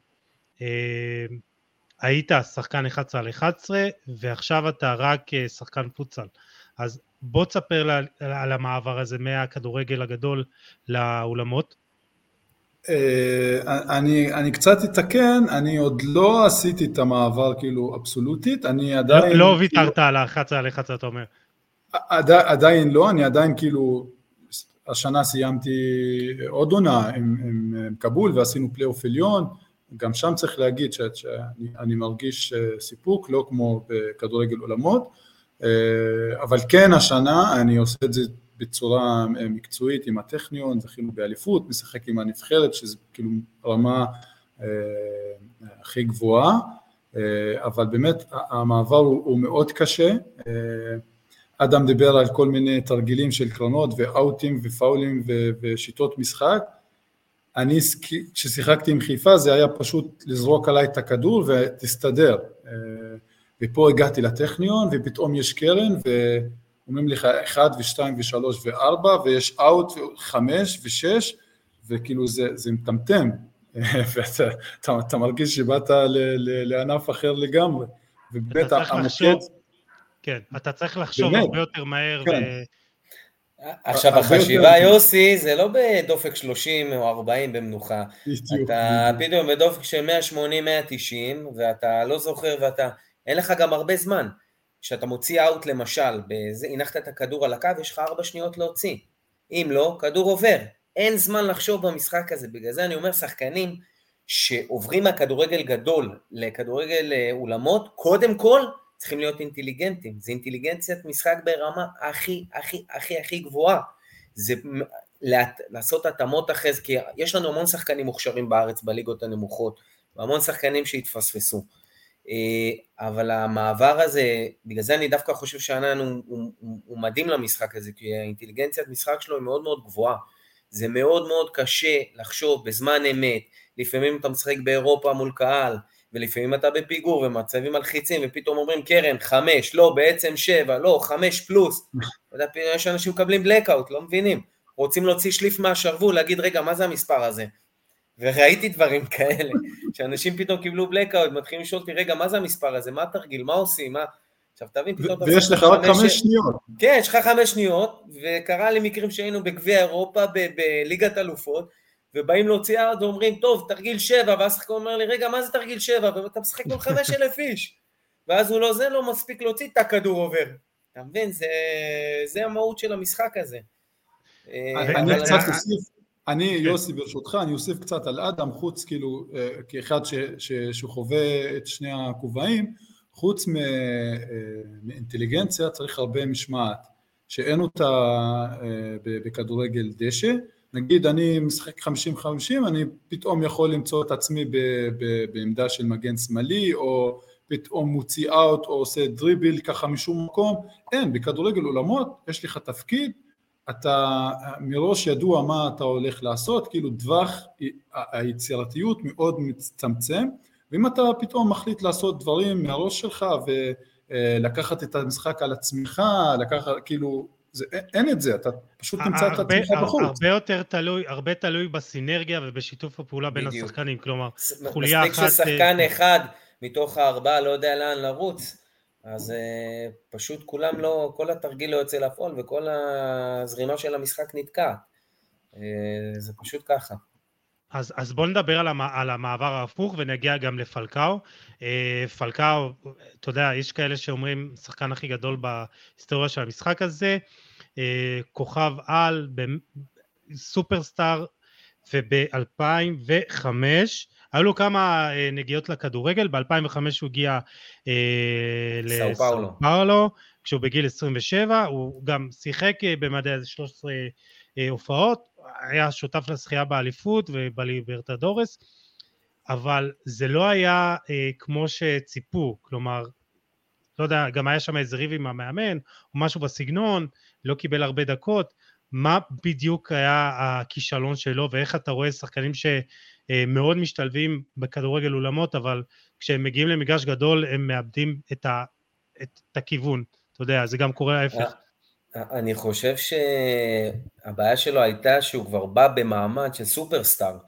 היית שחקן אחת עשרה על אחת עשרה ועכשיו אתה רק שחקן פוטסל, אז בוא תספר על המעבר הזה מהכדורגל הגדול לאולמות. אני, אני קצת אתקן, אני עוד לא עשיתי את המעבר כאילו אבסולוטית, אני עדיין... לא ויתרת על ה-אחת עשרה על אחת עשרה, אתה אומר. עדיין לא, אני עדיין כאילו, השנה סיימתי עוד עונה עם, עם קבול ועשינו פלייאוף עליון, גם שם צריך להגיד שאני אני מרגיש סיפוק, לא כמו בכדורגל עולמות, אבל כן השנה אני עושה את זה בצורה מקצועית עם הטכניון, זכינו באליפות, משחק עם הנבחרת, שזה כאילו רמה אה, הכי גבוהה, אה, אבל באמת המעבר הוא, הוא מאוד קשה, אה, אדם דיבר על כל מיני תרגילים של קרנות ואוטים ופאולים ו, ושיטות משחק, אני כששיחקתי עם חיפה זה היה פשוט לזרוק עליי את הכדור ותסתדר, אה, ופה הגעתי לטכניון ופתאום יש קרן ו... אומרים לך אחד ושתיים ושלוש וארבע, ויש אאוט וחמש ושש, וכאילו זה, זה מטמטם, ואתה אתה, אתה מרגיש שבאת ל, ל, לענף אחר לגמרי, ובאמת המוקד... כן, אתה צריך לחשוב באמת, הרבה יותר מהר. כן. ו... עכשיו החשיבה יוסי, זה לא בדופק שלושים או ארבעים במנוחה, אתה פתאום בדופק של מאה שמונים מאה תשעים, ואתה לא זוכר, ואתה, אין לך גם הרבה זמן, כשאתה מוציא אאוט למשל, בזה, הנחת את הכדור על הקו, יש לך ארבע שניות להוציא. אם לא, כדור עובר. אין זמן לחשוב במשחק הזה. בגלל זה אני אומר, שחקנים שעוברים מהכדורגל גדול לכדורגל אולמות, קודם כל צריכים להיות אינטליגנטים. זה אינטליגנציית משחק ברמה הכי, הכי, הכי, הכי גבוהה. זה לעשות התאמות אחרי זה, כי יש לנו המון שחקנים מוכשרים בארץ, בליגות הנמוכות, והמון שחקנים שהתפספסו. אבל המעבר הזה, בגלל זה אני דווקא חושב שענן הוא, הוא, הוא, הוא מדהים למשחק הזה, כי האינטליגנציית משחק שלו היא מאוד מאוד גבוהה, זה מאוד מאוד קשה לחשוב בזמן אמת, לפעמים אתה משחק באירופה מול קהל, ולפעמים אתה בפיגור ומצבים מלחיצים, ופתאום אומרים קרן, חמש, לא, בעצם שבע, לא, חמש פלוס, יש אנשים מקבלים בלקאוט, לא מבינים, רוצים להוציא שליף מהשרוול, להגיד רגע מה זה המספר הזה, וראיתי דברים כאלה, שאנשים פתאום קיבלו בלקאוט, מתחילים לשאול אותי, רגע, מה זה המספר הזה? מה התרגיל? מה עושים? מה... עכשיו, תבין, פתאום... ויש לך רק חמש שניות. כן, יש לך חמש שניות, וקרה לי מקרים שהיינו בגביע אירופה, בליגת אלופות, ובאים להוציא עוד ואומרים, טוב, תרגיל שבע, ואז שחקן אומר לי, רגע, מה זה תרגיל שבע? ואתה משחק כל חמש אלף איש. ואז הוא לא, זה לא מספיק להוציא, את הכדור עובר. אתה מבין? זה המהות של המשחק הזה. אני קצת אוסיף, אני יוסי ברשותך, אני אוסיף קצת על אדם, חוץ כאילו, כאחד שחווה את שני הכובעים, חוץ מאינטליגנציה צריך הרבה משמעת, שאין אותה בכדורגל דשא, נגיד אני משחק חמישים חמישים, אני פתאום יכול למצוא את עצמי בעמדה של מגן שמאלי, או פתאום מוציא אאוט, או עושה דריבל ככה משום מקום, אין, בכדורגל עולמות יש לך תפקיד, אתה מראש ידוע מה אתה הולך לעשות, כאילו דווח היצירתיות מאוד מצטמצם, ואם אתה פתאום מחליט לעשות דברים מהראש שלך, ולקחת את המשחק על עצמך, לקחת, כאילו, זה, אין את זה, אתה פשוט תמצא את עצמך בחוץ. הרבה יותר תלוי, הרבה תלוי בסינרגיה ובשיתוף הפעולה בין השחקנים, כלומר, חוליה אחת... מספיק ששחקן אחד מתוך הארבעה לא יודע לאן לרוץ, אז uh, פשוט כולם לא, כל התרגיל לא יוצא לפעול, וכל הזרימה של המשחק נתקעת. Uh, זה פשוט ככה. אז, אז בוא נדבר על, המ, על המעבר ההפוך ונגיע גם לפלקאו. פלקאו, אתה יודע, יש כאלה שאומרים שחקן הכי גדול בהיסטוריה של המשחק הזה, כוכב על, סופרסטאר, וב-אלפיים וחמש היו לו כמה נגיעות לכדורגל. ב-אלפיים וחמש הוא הגיע לסאו פאולו, כשהוא בגיל עשרים ושבע, הוא גם שיחק במדעי שלוש עשרה הופעות, היה שותף לשחייה באליפות ובליברטדורס, אבל זה לא היה אה, כמו שציפו, כלומר, לא יודע, גם היה שם איזה ריב עם המאמן, או משהו בסגנון, לא קיבל הרבה דקות. מה בדיוק היה הכישלון שלו, ואיך אתה רואה שחקנים שמאוד משתלבים בכדורגל אולמות, אבל כשהם מגיעים למגרש גדול, הם מאבדים את, ה, את, את הכיוון, אתה יודע, זה גם קורה ההפך. אני חושב שהבעיה שלו הייתה שהוא כבר בא במעמד של סופרסטאר,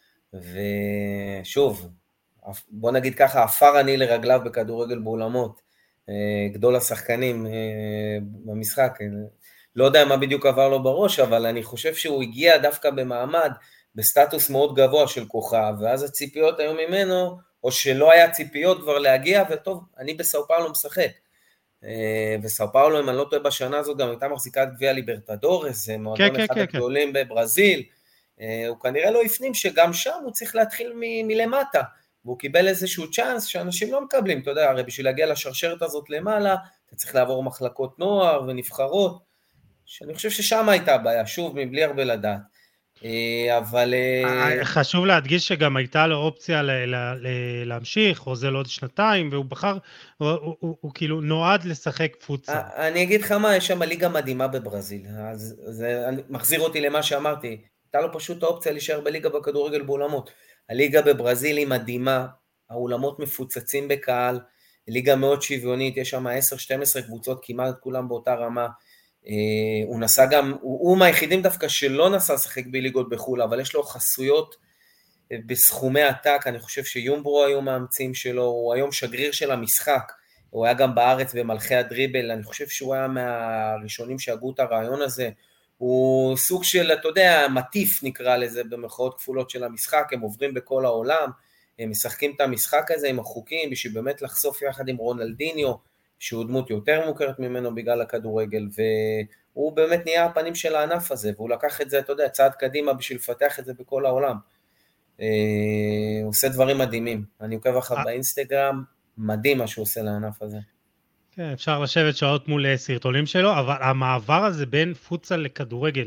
ושוב, בוא נגיד ככה, אפר אני לרגליו בכדורגל באולמות, גדול השחקנים במשחק, לא יודע מה בדיוק עבר לו בראש, אבל אני חושב שהוא הגיע דווקא במעמד, בסטטוס מאוד גבוה של כוכב, ואז הציפיות היו ממנו, או שלא היה ציפיות כבר להגיע, וטוב, אני בסאו פאולו משחק. וסאו פאולו, אם אני לא טועה בשנה הזאת, גם הייתה מחזיקה את גביע ליברטדורס, זה מועדון אחד הגדולים בברזיל, הוא כנראה לא הפנים שגם שם הוא צריך להתחיל מ- מלמטה, והוא קיבל איזשהו צ'אנס שאנשים לא מקבלים, אתה יודע, הרי בשביל להגיע לשרשרת הזאת למעלה, אתה צריך לעבור מחלקות נוער ונבחרות, שאני חושב ששם הייתה הבעיה, שוב, מבלי הרבה לדעת. אבל... חשוב להדגיש שגם הייתה לו אופציה להמשיך, או זה לעוד שנתיים, והוא בחר, הוא כאילו נועד לשחק פוצה. אני אגיד לך מה, יש שם ליגה מדהימה בברזיל, אז זה מחזיר אותי למה שאמרתי, הייתה לו פשוט האופציה להישאר בליגה בכדורגל באולמות. הליגה בברזיל היא מדהימה, האולמות מפוצצים בקהל, ליגה מאוד שוויונית, יש שם עשר שתים עשרה קבוצות, כמעט כולם באותה רמה, הוא נסע גם, הוא, הוא מהיחידים דווקא שלא נסע לשחק בליגות בחול, אבל יש לו חסויות בסכומי עתק, אני חושב שיומברו היו מאמצים שלו, הוא היום שגריר של המשחק, הוא היה גם בארץ במלכי הדריבל, אני חושב שהוא היה מהראשונים שהגו את הרעיון הזה, הוא סוג של, אתה יודע, מטיף נקרא לזה במרכאות כפולות של המשחק, הם עוברים בכל העולם, הם משחקים את המשחק הזה עם החוקים, בשביל באמת לחשוף יחד עם רונלדיניו, שהוא דמות יותר מוכרת ממנו בגלל הכדורגל, והוא באמת נהיה הפנים של הענף הזה, והוא לקח את זה, אתה יודע, צעד קדימה בשביל לפתח את זה בכל העולם. הוא עושה דברים מדהימים, אני עוקב אחריו באינסטגרם, מדהים מה שהוא עושה לענף הזה. כן, אפשר לשבת שעות מול סרטונים שלו, אבל המעבר הזה בין פוצל לכדורגל,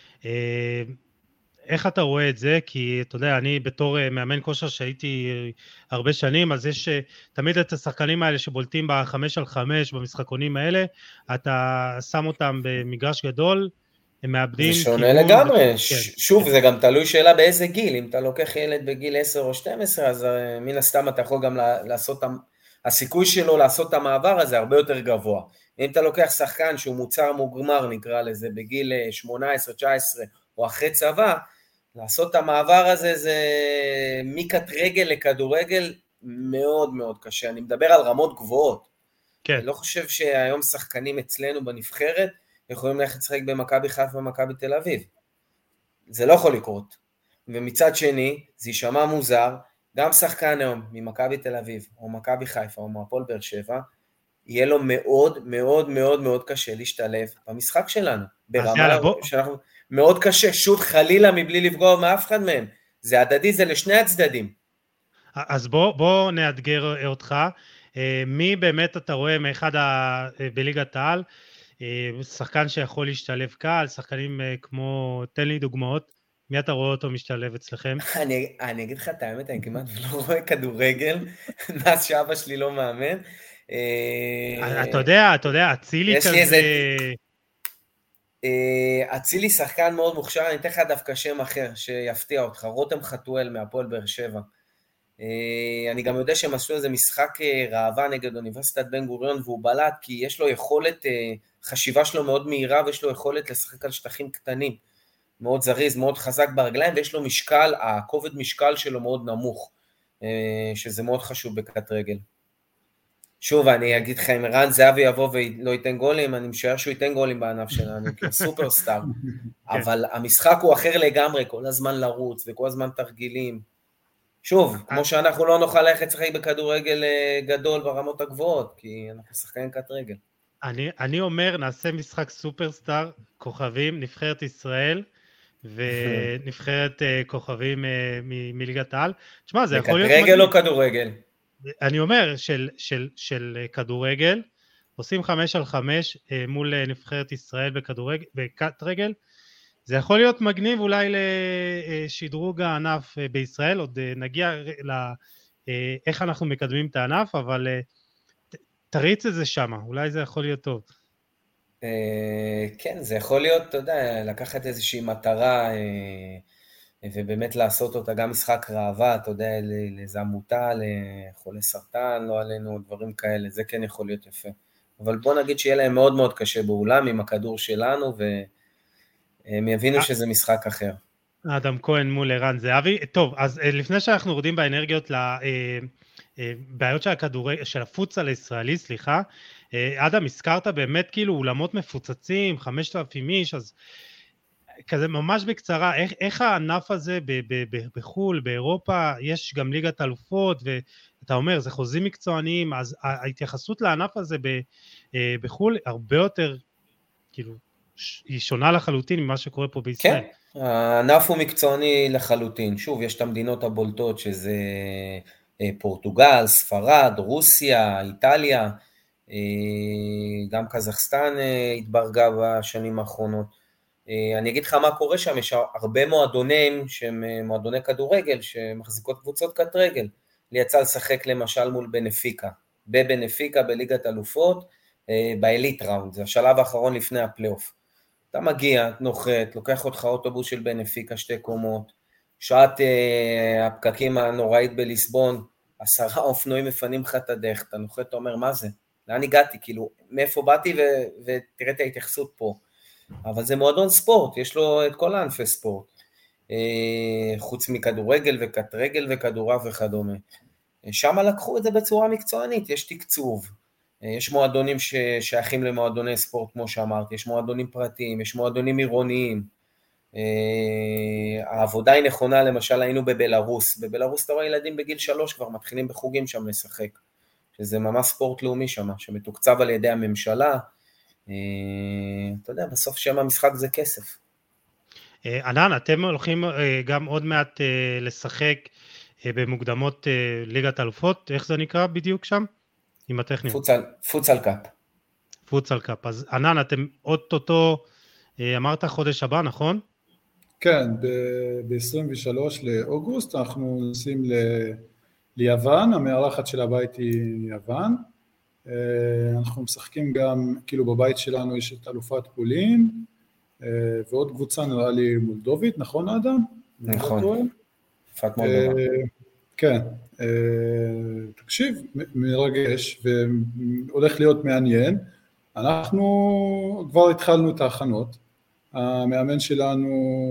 איך אתה רואה את זה? כי אתה יודע, אני בתור מאמן כושר שהייתי הרבה שנים, אז יש תמיד את השחקנים האלה שבולטים בחמש על חמש במשחקונים האלה, אתה שם אותם במגרש גדול, הם מאבדים... זה שונה לגמרי, ו... ש- כן, שוב, כן. זה גם תלוי שאלה באיזה גיל, אם אתה לוקח ילד בגיל עשר או שתים עשרה, אז מן הסתם אתה יכול גם לעשות, הסיכוי שלו לעשות את המעבר הזה הרבה יותר גבוה. אם אתה לוקח שחקן שהוא מוצר מוגמר, נקרא לזה, בגיל שמונה עשרה תשע עשרה או אחרי צבא, לעשות את המעבר הזה, זה מקט רגל לכדורגל מאוד מאוד קשה. אני מדבר על רמות גבוהות. כן. אני לא חושב שהיום שחקנים אצלנו בנבחרת, יכולים ללכת לשחק במכבי חיפה ומכבי תל אביב. זה לא יכול לקרות. ומצד שני, זה יישמע מוזר, גם שחקן היום ממכבי תל אביב, או מכבי חיפה, או מהפועל באר שבע, יהיה לו מאוד מאוד מאוד מאוד קשה להשתלב במשחק שלנו. ברמה שאנחנו... מאוד קשה, שוב חלילה מבלי לפגוע מאף אחד מהם, זה הדדי, זה לשני הצדדים. אז בוא, בוא נאתגר אותך, מי באמת אתה רואה מאחד ה... בליגת העל, שחקן שיכול להשתלב קל, שחקנים כמו, תן לי דוגמאות, מי אתה רואה אותו משתלב אצלכם? אני, אני אגיד לך את האמת, אני כמעט לא רואה כדורגל, מאז שאבא שלי לא מאמן. אתה יודע, אתה יודע, אצילי כזה... אצילי שחקן מאוד מוכשר, אני אתן לך דווקא שם אחר שיפתיע אותך, רותם חתואל מהפועל באר שבע. אני גם יודע שהם עשו איזה משחק ראווה נגד אוניברסיטת בן גוריון, והוא בלט כי יש לו יכולת, חשיבה שלו מאוד מהירה, ויש לו יכולת לשחק על שטחים קטנים, מאוד זריז, מאוד חזק ברגליים, ויש לו משקל, הכובד משקל שלו מאוד נמוך, שזה מאוד חשוב בקט רגל. שוב, אני אגיד לך, אם רן זהבי יבוא ולא ייתן גולים, אני משער שהוא ייתן גולים בענף שלנו, כי הוא סופרסטאר, אבל המשחק הוא אחר לגמרי, כל הזמן לרוץ, וכל הזמן תרגילים. שוב, כמו שאנחנו לא נוכל ללכת לשחק בכדורגל גדול ברמות הגבוהות, כי אנחנו שחקנים קט רגל. אני, אני אומר, נעשה משחק סופרסטאר, כוכבים, נבחרת ישראל, ונבחרת כוכבים מליגת העל. תשמע, זה יכול להיות... קט רגל או כדורגל? אני אומר, של, של, של כדורגל, עושים חמש על חמש מול נבחרת ישראל בכדורגל, בקט רגל, זה יכול להיות מגניב אולי לשדרוג הענף בישראל, עוד נגיע לאיך אנחנו מקדמים את הענף, אבל תריץ את זה שמה, אולי זה יכול להיות טוב. כן, זה יכול להיות, אתה יודע, לקחת איזושהי מטרה, ובאמת לעשות אותה גם משחק ראווה, אתה יודע, לאיזו עמותה, לחולי סרטן, לא עלינו, דברים כאלה, זה כן יכול להיות יפה. אבל בוא נגיד שיהיה להם מאוד מאוד קשה באולם עם הכדור שלנו, והם יבינו שזה משחק אחר. אדם כהן מול ערן זהבי. טוב, אז לפני שאנחנו יורדים באנרגיות לבעיות של הכדורגל, של הפוצל הישראלי, סליחה, אדם, הזכרת באמת כאילו אולמות מפוצצים, חמשת אלפים איש, אז כזה ממש בקצרה, איך, איך הענף הזה ב, ב, ב, בחול, באירופה, יש גם ליגת אלופות, ואתה אומר, זה חוזים מקצועניים, אז ההתייחסות לענף הזה ב, בחול הרבה יותר, כאילו, היא שונה לחלוטין ממה שקורה פה בישראל. כן, הענף הוא מקצועני לחלוטין. שוב, יש את המדינות הבולטות, שזה פורטוגל, ספרד, רוסיה, איטליה, גם קזחסטן התברגה בשנים האחרונות. אני אגיד לך מה קורה שם, יש הרבה מועדונים שהם מועדוני כדורגל, שמחזיקות קבוצות קט רגל. לי יצא לשחק למשל מול בנפיקה, בבנפיקה בליגת אלופות, באליט ראונד, זה השלב האחרון לפני הפלייאוף. אתה מגיע, נוחת, לוקח אותך אוטובוס של בנפיקה, שתי קומות, שעת אה, הפקקים הנוראית בליסבון, עשרה אופנועים מפנים לך את הדרך, אתה נוחת, אתה אומר, מה זה? לאן הגעתי? כאילו, מאיפה באתי ו- ותראה את ההתייחסות פה. אבל זה מועדון ספורט, יש לו את כל הענפי ספורט, אה, חוץ מכדורגל וקט רגל וכדורעף וכדומה. שם לקחו את זה בצורה מקצוענית, יש תקצוב. יש מועדונים ששייכים למועדוני ספורט, כמו שאמרתי, יש מועדונים פרטיים, יש מועדונים עירוניים. העבודה היא נכונה, למשל היינו בבלרוס, בבלרוס אתה רואה ילדים בגיל שלוש כבר מתחילים בחוגים שם לשחק, שזה ממש ספורט לאומי שם, שמתוקצב על ידי הממשלה. אתה יודע, בסוף שם המשחק זה כסף. ענן, אתם הולכים גם עוד מעט לשחק במוקדמות ליגת אלופות, איך זה נקרא בדיוק שם? עם הטכניות. פוצל, פוצל קאפ. פוצל קאפ. אז ענן, אתם עוד אותו, אמרת חודש הבא, נכון? כן, ב-עשרים ושלושה לאוגוסט אנחנו נוסעים ליוון, המארחת של הבית היא יוון. אנחנו משחקים גם, כאילו בבית שלנו יש את אלופת פולין, ועוד קבוצה נראה לי מולדובית, נכון אדם? נכון. אלופת מולדובה. כן, תקשיב, מרגש והולך להיות מעניין. אנחנו כבר התחלנו את ההכנות, המאמן שלנו,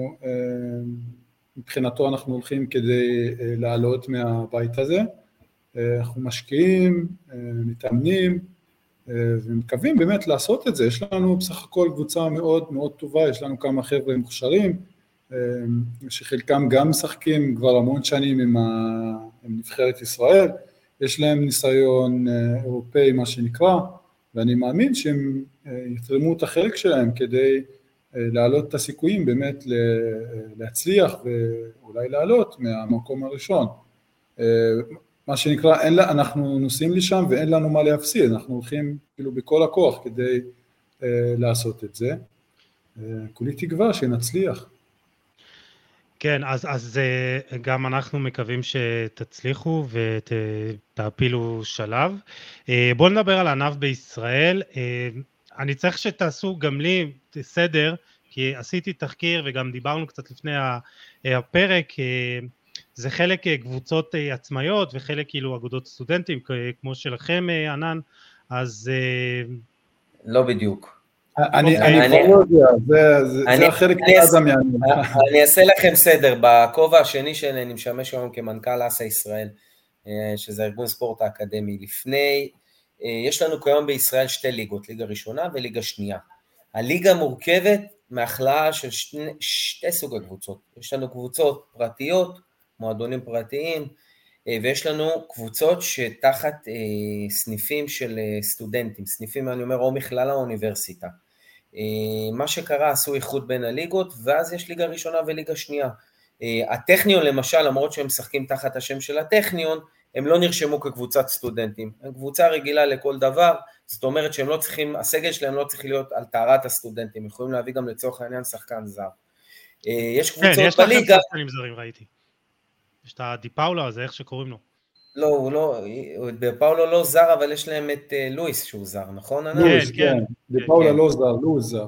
מבחינתו אנחנו הולכים כדי לעלות מהבית הזה, אנחנו משקיעים, מתאמנים ומקווים באמת לעשות את זה. יש לנו בסך הכל קבוצה מאוד מאוד טובה, יש לנו כמה חבר'ה מוכשרים, שחלקם גם משחקים כבר המון שנים עם, ה... עם נבחרת ישראל, יש להם ניסיון אירופאי מה שנקרא, ואני מאמין שהם יתרמו את החלק שלהם כדי להעלות את הסיכויים באמת להצליח ואולי לעלות מהמקום הראשון. מה שנקרא, אין לה, אנחנו נוסעים לשם ואין לנו מה להפסיד, אנחנו הולכים כאילו בכל הכוח כדי לעשות את זה. כולי תקווה שנצליח. כן, אז, אז גם אנחנו מקווים שתצליחו ותעפילו שלב. בואו נדבר על הענף בישראל. אני צריך שתעשו גם לי סדר, כי עשיתי תחקיר וגם דיברנו קצת לפני הפרק. זה חלק קבוצות עצמאיות וחלק כאילו אגודות סטודנטים כמו שלכם, ענן, אז... לא בדיוק. אני כבר לא יודע, זה החלק מאדם יעניין. אני אעשה לכם סדר, בכובע השני שלי אני משמש היום כמנכ"ל אסה ישראל, שזה ארגון ספורט האקדמי. לפני יש לנו כיום בישראל שתי ליגות, ליגה ראשונה וליגה שנייה. הליגה מורכבת מהכלאה של שני, שתי סוג הקבוצות. יש לנו קבוצות פרטיות, מועדונים פרטיים, ויש לנו קבוצות שתחת סניפים של סטודנטים, סניפים אני אומר או מכללה או אוניברסיטה. מה שקרה, עשו איחוד בין הליגות, ואז יש ליגה ראשונה וליגה שנייה. הטכניון למשל, למרות שהם משחקים תחת השם של הטכניון, הם לא נרשמו כקבוצת סטודנטים, הם קבוצה רגילה לכל דבר, זאת אומרת שהם לא צריכים, הסגל שלהם לא צריך להיות על טהרת הסטודנטים, יכולים להביא גם לצורך העניין שחקן זר. יש קבוצות בליגה... כן, יש לכם שחקנים זרים, ראיתי. יש את הדיפאולו הזה, איך שקוראים לו. לא, הוא לא, דיפאולו לא זר, אבל יש להם את לואיס שהוא זר, נכון? לואיס, כן, דיפאולו לא זר, לואיס זר.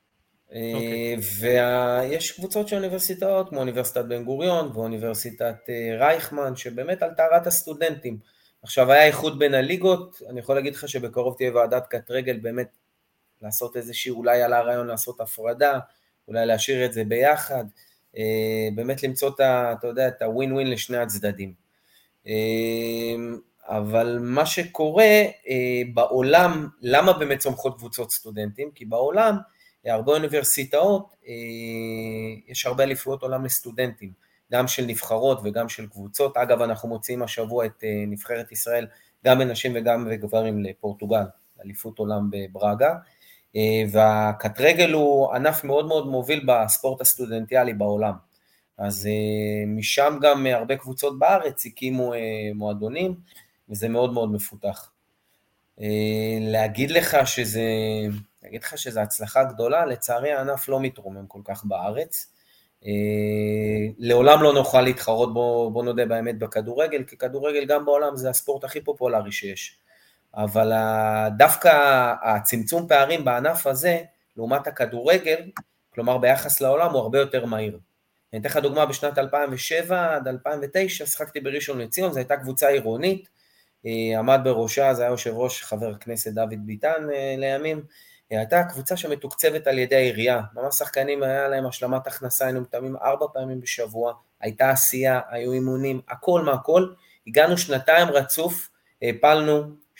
ויש קבוצות של אוניברסיטאות, כמו אוניברסיטת בן גוריון ואוניברסיטת רייכמן, שבאמת על טהרת הסטודנטים. עכשיו היה איחוד בין הליגות, אני יכול להגיד לך שבקרוב תהיה ועדת קט רגל, באמת לעשות איזושהי, אולי על הרעיון לעשות הפרדה, אולי להשאיר את זה ביחד, באמת למצוא את ה, אתה יודע, את הווין ווין לשני הצדדים. אבל מה שקורה בעולם, למה באמת צומחות קבוצות סטודנטים? כי בעולם, הרבה אוניברסיטאות, יש הרבה אליפויות עולם לסטודנטים, גם של נבחרות וגם של קבוצות. אגב, אנחנו מוציאים השבוע את נבחרת ישראל, גם בנשים וגם בגברים לפורטוגל, אליפות עולם בברגה, והקטרגל הוא ענף מאוד מאוד מוביל בספורט הסטודנטיאלי בעולם. אז משם גם הרבה קבוצות בארץ הקימו מועדונים, וזה מאוד מאוד מפותח. להגיד לך שזה... אני אגיד לך שזו הצלחה גדולה, לצערי הענף לא מתרומם כל כך בארץ, לעולם לא נוכל להתחרות, בוא, בוא נודה באמת בכדורגל, כי כדורגל גם בעולם זה הספורט הכי פופולרי שיש, אבל דווקא הצמצום פערים בענף הזה, לעומת הכדורגל, כלומר ביחס לעולם הוא הרבה יותר מהיר. אני אתן לך דוגמה, בשנת אלפיים ושבע עד אלפיים ותשע, שחקתי בראשון לציון, זו הייתה קבוצה עירונית, עמד בראשה, זה היה יושב ראש חבר הכנסת דוד ביטן לימים, הייתה קבוצה שמתוקצבת על ידי העירייה, ממש שחקנים היה להם השלמת הכנסה, היינו מתאמים ארבע פעמים בשבוע, הייתה עשייה, היו אימונים, הכל מהכל, הגענו שנתיים רצוף, פעלנו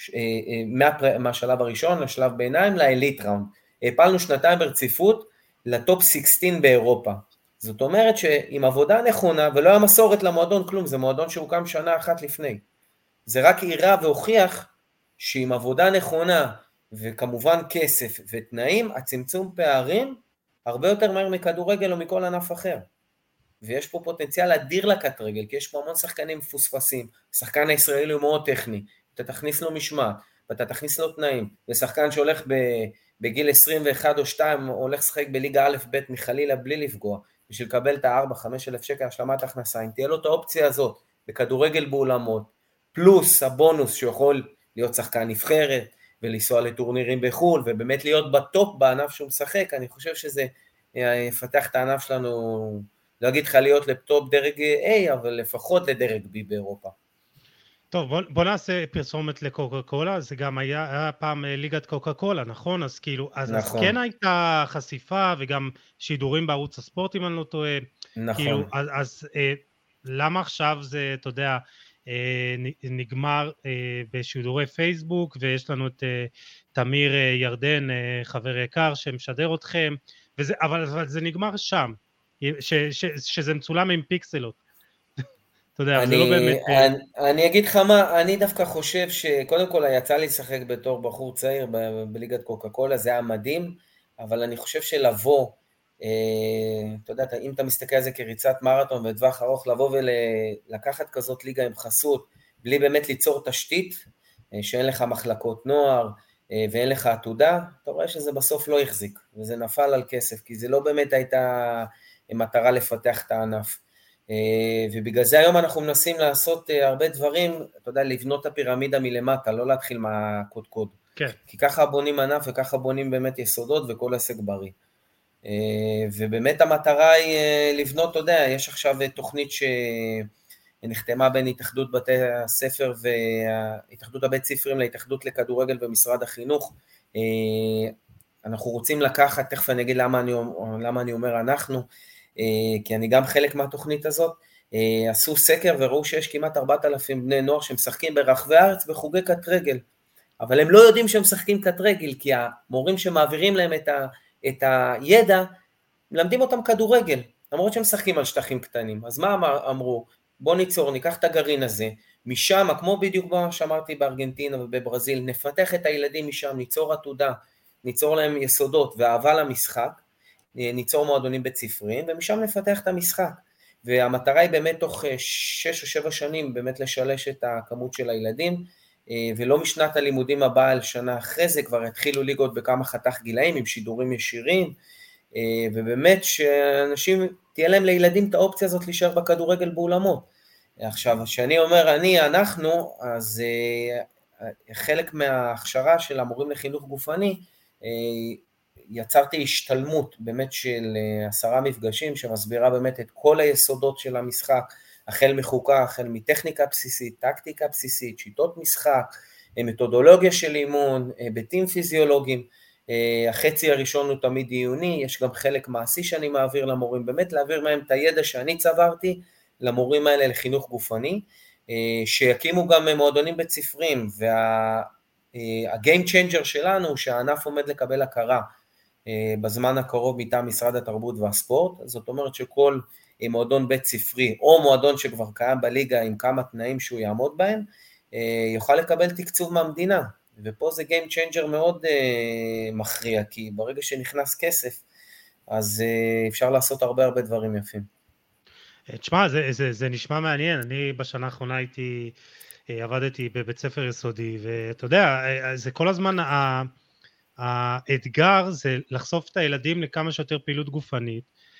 מהשלב הראשון לשלב ביניים לאליט ראונד, פעלנו שנתיים ברציפות לטופ שש עשרה באירופה, זאת אומרת שעם עבודה נכונה, ולא היה מסורת למועדון כלום, זה מועדון שהוקם שנה אחת לפני, זה רק עירה והוכיח שעם עבודה נכונה, וכמובן כסף ותנאים, הצמצום פערים הרבה יותר מהר מכדורגל או מכל ענף אחר. ויש פה פוטנציאל אדיר לכדורגל, כי יש פה המון שחקנים מפוספסים, השחקן הישראלי הוא מאוד טכני, אתה תכניס לו משמעת, ואתה תכניס לו תנאים, ושחקן שהולך בגיל עשרים ואחת או שתיים, הולך לשחק בליגה א' ב' מחלילה בלי לפגוע, בשביל לקבל את ה-ארבע חמש אלף שקל השלמת הכנסה, אם תהיה לו את האופציה הזאת, בכדורגל באולמות, פלוס הבונוס שיכול להיות שחקן נבחרת, ולנסוע לטורנירים בחול, ובאמת להיות בטופ בענף שהוא משחק, אני חושב שזה יפתח את הענף שלנו, לא אגיד לך להיות לטופ דרג A, אבל לפחות לדרג B באירופה. טוב, בוא, בוא נעשה פרסומת לקוקה קולה, זה גם היה, היה פעם ליגת קוקה קולה, נכון? אז כאילו, אז, נכון. אז כן הייתה חשיפה, וגם שידורים בערוץ הספורט, אם אני לא טועה. נכון. כאילו, אז, אז אה, למה עכשיו זה, אתה יודע, נגמר בשידורי פייסבוק, ויש לנו את תמיר ירדן, חבר יקר, שמשדר אתכם, וזה, אבל, אבל זה נגמר שם, ש, ש, שזה מצולם עם פיקסלות. אתה יודע, אני, זה לא באמת... אני, אני אגיד לך מה, אני דווקא חושב שקודם כל יצא לי לשחק בתור בחור צעיר ב, בליגת קוקה קולה, זה היה מדהים, אבל אני חושב שלבוא, אתה יודע, אם אתה מסתכל על זה כריצת מרתון וטווח ארוך, לבוא ולקחת כזאת ליגה עם חסות, בלי באמת ליצור תשתית, שאין לך מחלקות נוער, ואין לך עתודה, אתה רואה שזה בסוף לא החזיק, וזה נפל על כסף, כי זה לא באמת הייתה מטרה לפתח את הענף. ובגלל זה היום אנחנו מנסים לעשות הרבה דברים, אתה יודע, לבנות את הפירמידה מלמטה, לא להתחיל מהקודקוד. כן. כי ככה בונים ענף וככה בונים באמת יסודות וכל עסק בריא. ובאמת המטרה היא לבנות, אתה יודע, יש עכשיו תוכנית שנחתמה בין התאחדות בתי הספר והתאחדות הבית ספרים להתאחדות לכדורגל במשרד החינוך. אנחנו רוצים לקחת, תכף אני אגיד למה אני, למה אני אומר אנחנו, כי אני גם חלק מהתוכנית הזאת, עשו סקר וראו שיש כמעט ארבעת אלפים בני נוער שמשחקים ברחבי הארץ בחוגי כדורגל. אבל הם לא יודעים שהם משחקים כדורגל, כי המורים שמעבירים להם את, ה, את הידע, מלמדים אותם כדורגל, למרות שהם משחקים על שטחים קטנים. אז מה אמרו? בוא ניצור, ניקח את הגרעין הזה, משם, כמו בדיוק מה שאמרתי בארגנטינה ובברזיל, נפתח את הילדים משם, ניצור עתודה, ניצור להם יסודות ואהבה למשחק, ניצור מועדונים בית ספריים, ומשם נפתח את המשחק. והמטרה היא באמת תוך שש או שבע שנים, באמת לשלש את הכמות של הילדים, ולא משנת הלימודים הבאה על שנה אחרי זה, כבר התחילו ליגות בכמה חתך גילאים, עם שידורים ישירים, ובאמת שאנשים, תהיה להם לילדים את האופציה הזאת להישאר בכדורגל באולמות. עכשיו, כשאני אומר אני, אנחנו, אז חלק מההכשרה של המורים לחינוך גופני, יצרתי השתלמות באמת של עשרה מפגשים, שמסבירה באמת את כל היסודות של המשחק, החל מחוקה, החל מטכניקה בסיסית, טקטיקה בסיסית, שיטות משחק, מתודולוגיה של אימון, היבטים פיזיולוגיים. החצי הראשון הוא תמיד דיוני, יש גם חלק מעשי שאני מעביר למורים, באמת להעביר מהם את הידע שאני צברתי למורים האלה לחינוך גופני, שיקימו גם מועדונים בית ספרים, וה-game changer שלנו שהענף עומד לקבל הכרה בזמן הקרוב מטעם משרד התרבות והספורט, זאת אומרת שכל מועדון בית ספרי או מועדון שכבר קיים בליגה עם כמה תנאים שהוא יעמוד בהם, יוכל לקבל תקצוב מהמדינה, ופה זה game changer מאוד מכריע, כי ברגע שנכנס כסף, אז אפשר לעשות הרבה הרבה דברים יפים. תשמע, זה, זה, זה נשמע מעניין, אני בשנה האחרונה הייתי, עבדתי בבית ספר יסודי, ואתה יודע, זה כל הזמן, האתגר זה לחשוף את הילדים לכמה שיותר פעילות גופנית,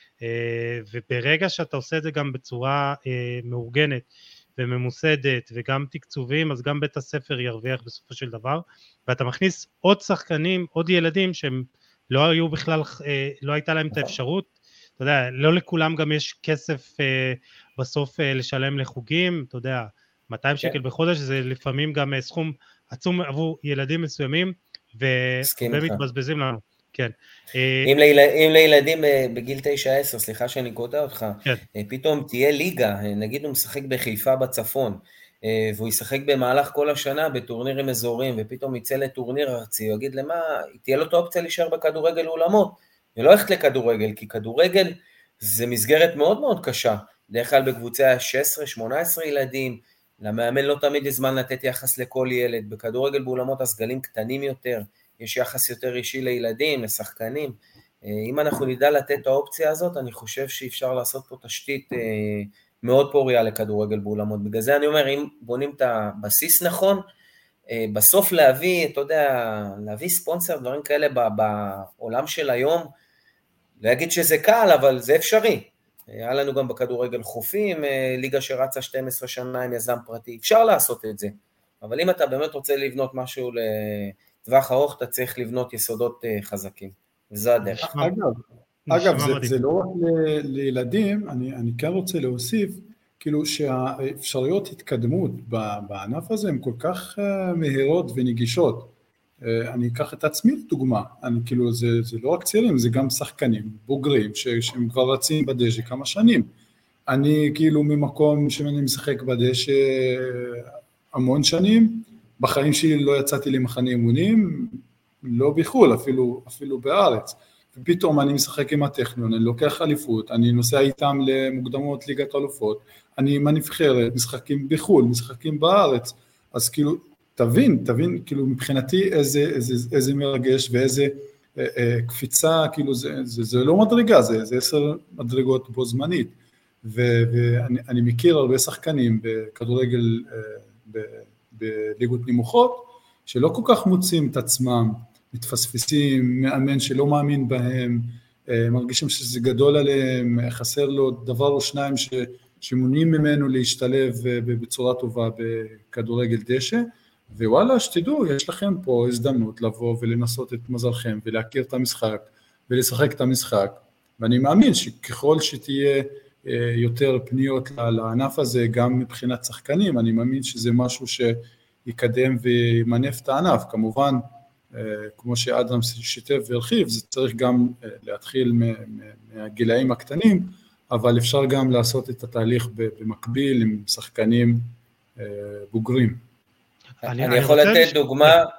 וברגע שאתה עושה את זה גם בצורה מאורגנת וממוסדת וגם תקצובים, אז גם בית הספר ירוויח בסופו של דבר, ואתה מכניס עוד שחקנים, עוד ילדים שהם לא היו בכלל, לא הייתה להם את האפשרות, אתה יודע, לא לכולם גם יש כסף בסוף לשלם לחוגים, אתה יודע, מאתיים שקל בחודש, זה לפעמים גם סכום עצום עבור ילדים מסוימים, ומתבזבזים לנו. כן. אם, ליל... אם לילדים בגיל תשע עשר, סליחה שאני קוטע אותך, כן. פתאום תהיה ליגה, נגיד הוא משחק בחיפה בצפון, והוא ישחק במהלך כל השנה בטורנירים אזוריים, ופתאום יצא לטורניר ארצי, הוא יגיד למה, תהיה לו את האופציה להישאר בכדורגל אולמות, ולא הלכת לכדורגל, כי כדורגל זה מסגרת מאוד מאוד קשה, דרך כלל בקבוצה שש עשרה שמונה עשרה ילדים, למאמן לא תמיד יש זמן לתת יחס לכל ילד, בכדורגל באולמות הסגלים קטנים יותר, יש יחס יותר אישי לילדים, לשחקנים, אם אנחנו נדע לתת את האופציה הזאת, אני חושב שאפשר לעשות פה תשתית מאוד פוריה לכדורגל באולמות, בגלל זה אני אומר, אם בונים את הבסיס נכון, בסוף להביא, אתה יודע, להביא ספונסר, דברים כאלה בעולם של היום, לא אגיד שזה קל, אבל זה אפשרי, היה לנו גם בכדורגל חופים, ליגה שרצה שתים עשרה שנה עם יזם פרטי, אפשר לעשות את זה, אבל אם אתה באמת רוצה לבנות משהו לטווח ארוך, אתה צריך לבנות יסודות חזקים, וזה הדרך. אגב, אגב זה, זה לא רק לילדים, אני, אני כן רוצה להוסיף, כאילו שהאפשרויות התקדמות בענף הזה הן כל כך מהירות ונגישות, אני אקח את עצמי לדוגמה, אני כאילו זה, זה לא רק צעירים, זה גם שחקנים, בוגרים, שהם כבר רצים בדשא כמה שנים, אני כאילו ממקום שאני משחק בדשא המון שנים, בחיים שלי לא יצאתי למחנה אימונים, לא בחול, אפילו, אפילו בארץ, ופתאום אני משחק עם הטכניון, אני לוקח אליפות, אני נוסע איתם למוקדמות ליגת אלופות, אני עם הנבחרת, משחקים בחול, משחקים בארץ, אז כאילו, תבין, תבין, כאילו מבחינתי איזה, איזה, איזה מרגש ואיזה אה, אה, קפיצה, כאילו זה, זה, זה לא מדרגה, זה, זה עשר מדרגות בו זמנית, ו, ואני אני מכיר הרבה שחקנים בכדורגל, אה, ב, בליגות נמוכות, שלא כל כך מוצאים את עצמם, מתפספסים, מאמן שלא מאמין בהם, אה, מרגישים שזה גדול עליהם, חסר לו דבר או שניים ש, שמונעים ממנו להשתלב בצורה טובה בכדורגל דשא, ווואלה, שתדעו, יש לכם פה הזדמנות לבוא ולנסות את מזלכם, ולהכיר את המשחק, ולשחק את המשחק, ואני מאמין שככל שתהיה יותר פניות לענף הזה, גם מבחינת שחקנים, אני מאמין שזה משהו שיקדם וימנף את הענף, כמובן, כמו שאדם שיתף והרחיב, זה צריך גם להתחיל מהגילאים הקטנים, אבל אפשר גם לעשות את התהליך במקביל עם שחקנים בוגרים. אני יכול לתת דוגמה,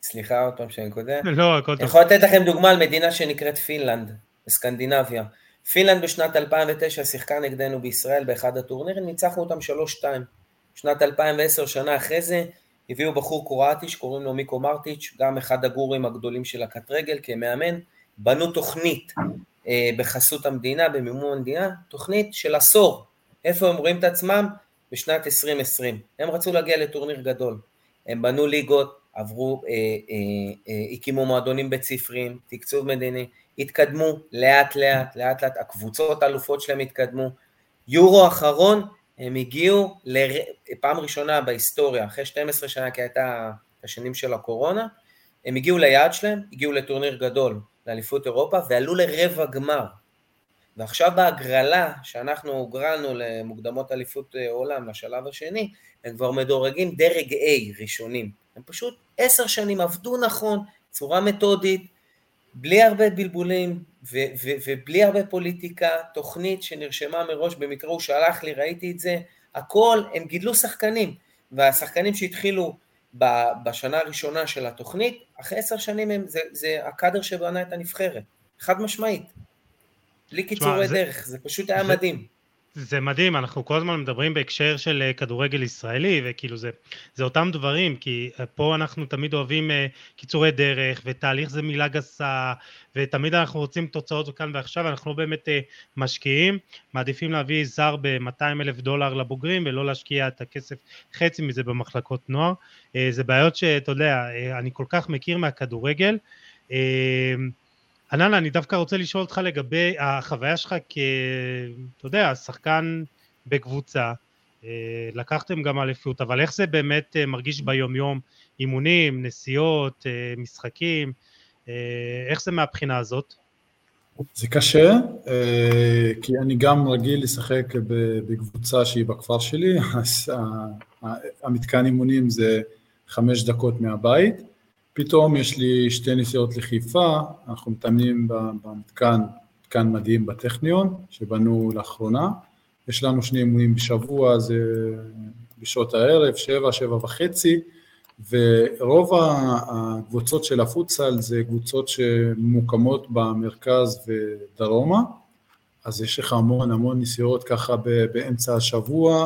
סליחה עוד פעם שאני קודע. לא, הכל טוב. אני יכול לתת לכם דוגמה על מדינה שנקראת פינלנד, בסקנדינביה. פינלנד בשנת אלפיים ותשע שיחקה נגדנו בישראל באחד הטורנירים, ניצחנו אותם שלוש שתיים. בשנת אלפיים ועשר, שנה אחרי זה, הביאו בחור קרואטי שקוראים לו מיקו מרטיץ', גם אחד הגורים הגדולים של הקטרגל כמאמן, בנו תוכנית אה, בחסות המדינה, במימון המדינה, תוכנית של עשור. איפה הם רואים את עצמם? בשנת עשרים עשרים. הם רצו להגיע לטורניר גדול. הם בנו ליגות, עברו, אה, אה, אה, הקימו מועדונים בית ספריים, תקצוב מדיני, התקדמו לאט לאט, לאט לאט, הקבוצות האלופות שלהם התקדמו. יורו האחרון, הם הגיעו לפעם ראשונה בהיסטוריה, אחרי שתים עשרה שנה, כי הייתה השנים של הקורונה, הם הגיעו ליעד שלהם, הגיעו לטורניר גדול, לאליפות אירופה, ועלו לרבע גמר. ועכשיו בהגרלה, שאנחנו הוגרלנו למוקדמות אליפות עולם, לשלב השני, הם כבר מדורגים דרג A ראשונים. הם פשוט עשר שנים עבדו נכון, צורה מתודית, בלי הרבה בלבולים, ו- ו- ובלי הרבה פוליטיקה, תוכנית שנרשמה מראש, במקרה הוא שלח לי, ראיתי את זה, הכל, הם גידלו שחקנים, והשחקנים שהתחילו ב- בשנה הראשונה של התוכנית, אחרי עשר שנים הם, זה, זה הקאדר שבנה את הנבחרת, חד משמעית, בלי קיצורי זה, דרך, זה פשוט היה זה, מדהים. זה מדהים, אנחנו כל הזמן מדברים בהקשר של כדורגל ישראלי, וכאילו זה, זה אותם דברים, כי פה אנחנו תמיד אוהבים קיצורי דרך, ותהליך זה מילה גסה, ותמיד אנחנו רוצים תוצאות וכאן ועכשיו, אנחנו לא באמת משקיעים, מעדיפים להביא זר ב-מאתיים אלף דולר לבוגרים, ולא להשקיע את הכסף, חצי מזה במחלקות נוער, זה בעיות שאתה יודע, אני כל כך מכיר מהכדורגל, ענן, אני דווקא רוצה לשאול אותך לגבי החוויה שלך כ... אתה יודע, שחקן בקבוצה, לקחתם גם אליפות, אבל איך זה באמת מרגיש ביום יום, אימונים, נסיעות, משחקים, איך זה מהבחינה הזאת? זה קשה, כי אני גם רגיל לשחק בקבוצה שהיא בכפר שלי, המתקן אימונים זה חמש דקות מהבית, פתאום יש לי שתי נסיעות לחיפה, אנחנו מתאמנים במתקן, מתקן מדהים בטכניון, שבנו לאחרונה, יש לנו שני אימונים בשבוע, זה בשעות הערב, שבע, שבע וחצי, ורוב הקבוצות של הפוטסל זה קבוצות שמוקמות במרכז ודרומה, אז יש לך המון המון נסיעות ככה באמצע השבוע,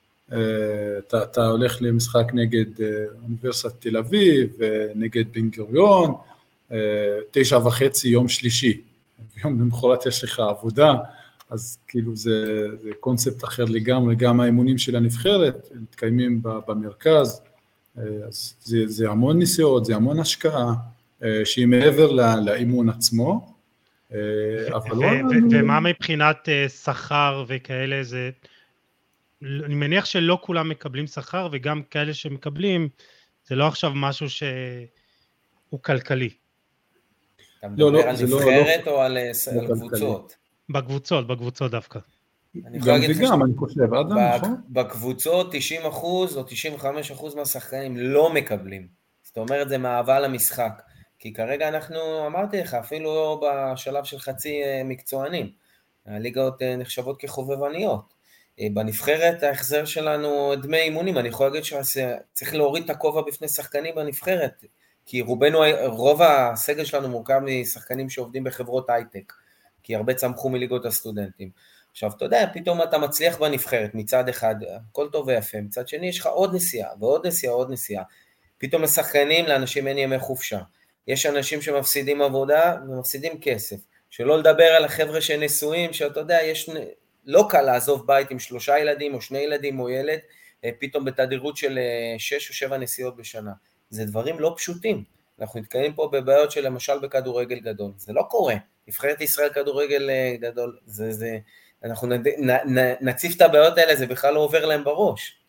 אתה, אתה הולך למשחק נגד אוניברסיטת תל אביב, נגד בן גוריון, תשע וחצי יום שלישי, יום למחרת יש לך עבודה, אז כאילו זה, זה קונספט אחר לגמרי, גם האימונים של הנבחרת, מתקיימים במרכז, אז זה, זה המון נסיעות, זה המון השקעה, שהיא מעבר לאימון עצמו, אבל לא... ומה מבחינת שכר וכאלה זה... אני מניח שלא כולם מקבלים שכר, וגם כאלה שמקבלים, זה לא עכשיו משהו שהוא כלכלי. אתה מדבר על נבחרת או על קבוצות? בקבוצות, בקבוצות דווקא. גם וגם, אני חושב, אדם, נכון? בקבוצות תשעים אחוז או תשעים וחמישה אחוז מהשחקנים לא מקבלים. זאת אומרת, זה מעבר למשחק. כי כרגע אנחנו, אמרתי לך, אפילו בשלב של חצי מקצוענים, הליגות נחשבות כחובבניות. בנבחרת ההחזר שלנו דמי אימונים, אני יכול להגיד שצריך להוריד את הכובע בפני שחקנים בנבחרת, כי רובנו, רוב הסגל שלנו מורכב משחקנים שעובדים בחברות הייטק, כי הרבה צמחו מליגות הסטודנטים. עכשיו, אתה יודע, פתאום אתה מצליח בנבחרת, מצד אחד, הכל טוב ויפה, מצד שני יש לך עוד נסיעה, ועוד נסיעה, עוד נסיעה. פתאום לשחקנים, לאנשים אין ימי חופשה. יש אנשים שמפסידים עבודה ומפסידים כסף. שלא לדבר על החבר'ה שנשואים, שאתה יודע, יש... לא קל לעזוב בית עם שלושה ילדים או שני ילדים או ילד, פתאום בתדירות של שש או שבע נסיעות בשנה. זה דברים לא פשוטים. אנחנו נתקעים פה בבעיות של למשל בכדורגל גדול. זה לא קורה. נבחרת ישראל כדורגל גדול, זה, זה, אנחנו נד... נ, נ, נציף את הבעיות האלה, זה בכלל לא עובר להם בראש.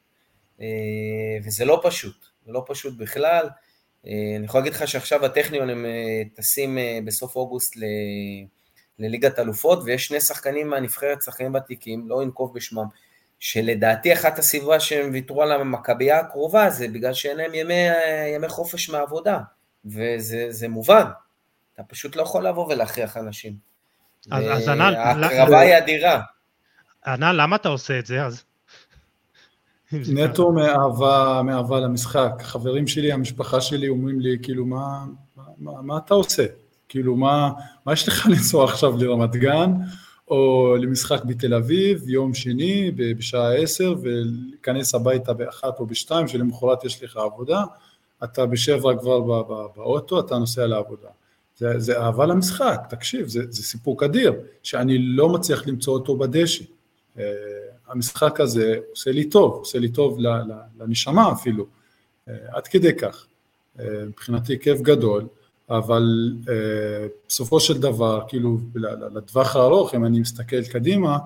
וזה לא פשוט. זה לא פשוט בכלל. אני יכול להגיד לך שעכשיו הטכניון הם טסים בסוף אוגוסט ל... לליגת אלופות, ויש שני שחקנים מהנבחרת, שחקנים ותיקים, לא ינקוב בשמם, שלדעתי אחת הסיבה שהם ויתרו על המכבייה הקרובה, זה בגלל שאין להם ימי, ימי חופש מהעבודה, וזה זה מובן, אתה פשוט לא יכול לבוא ולהכריח אנשים. אז ענן, ההקרבה היא אדירה. ענן, למה אתה עושה את זה אז? נטו מאהבה, מאהבה למשחק. חברים שלי, המשפחה שלי אומרים לי, כאילו, מה, מה, מה אתה עושה? כאילו, מה, מה יש לך לנסוע עכשיו לרמת גן, או למשחק בתל אביב, יום שני, בשעה עשר, ולהיכנס הביתה באחת או בשתיים, שלמחרת יש לך עבודה, אתה בשבע כבר באוטו, אתה נוסע לעבודה. זה, זה אהבה למשחק, תקשיב, זה, זה סיפוק אדיר, שאני לא מצליח למצוא אותו בדשא. המשחק הזה עושה לי טוב, עושה לי טוב לנשמה אפילו, עד כדי כך. מבחינתי כיף גדול, אבל בסופו של דבר, כאילו, לדווח הארוך, אם אני מסתכל קדימה,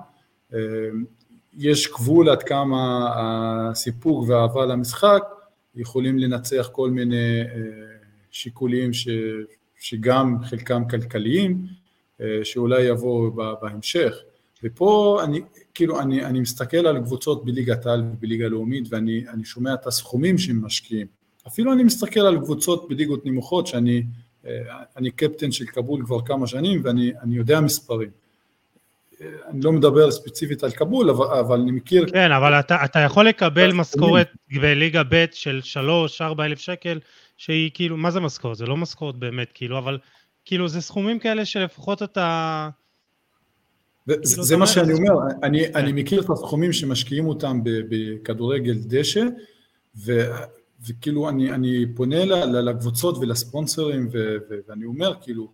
יש גבול עד כמה הסיפוק והאהבה למשחק, יכולים לנצח כל מיני שיקולים ש, שגם חלקם כלכליים, שאולי יבואו בהמשך. ופה אני, כאילו, אני, אני מסתכל על קבוצות בליגת העל ובליגה לאומית, ואני אני שומע את הסכומים שהם משקיעים. אפילו אני מסתכל על קבוצות בליגות נמוכות, שאני אני קפטן של קבול כבר כמה שנים, ואני אני יודע מספרים. אני לא מדבר ספציפית על קבול, אבל, אבל אני מכיר... כן, אבל אתה, אתה יכול לקבל משכורת בליגה ב' של שלוש, ארבע אלף שקל, שהיא כאילו, מה זה משכורת? זה לא משכורת באמת, כאילו, אבל כאילו זה סכומים כאלה שלפחות אתה... זה, זה מה שאני אומר, אני, אני מכיר את הסכומים שמשקיעים אותם בכדורגל דשא, ו, וכאילו אני, אני פונה לקבוצות ולספונסרים, ו, ואני אומר, כאילו,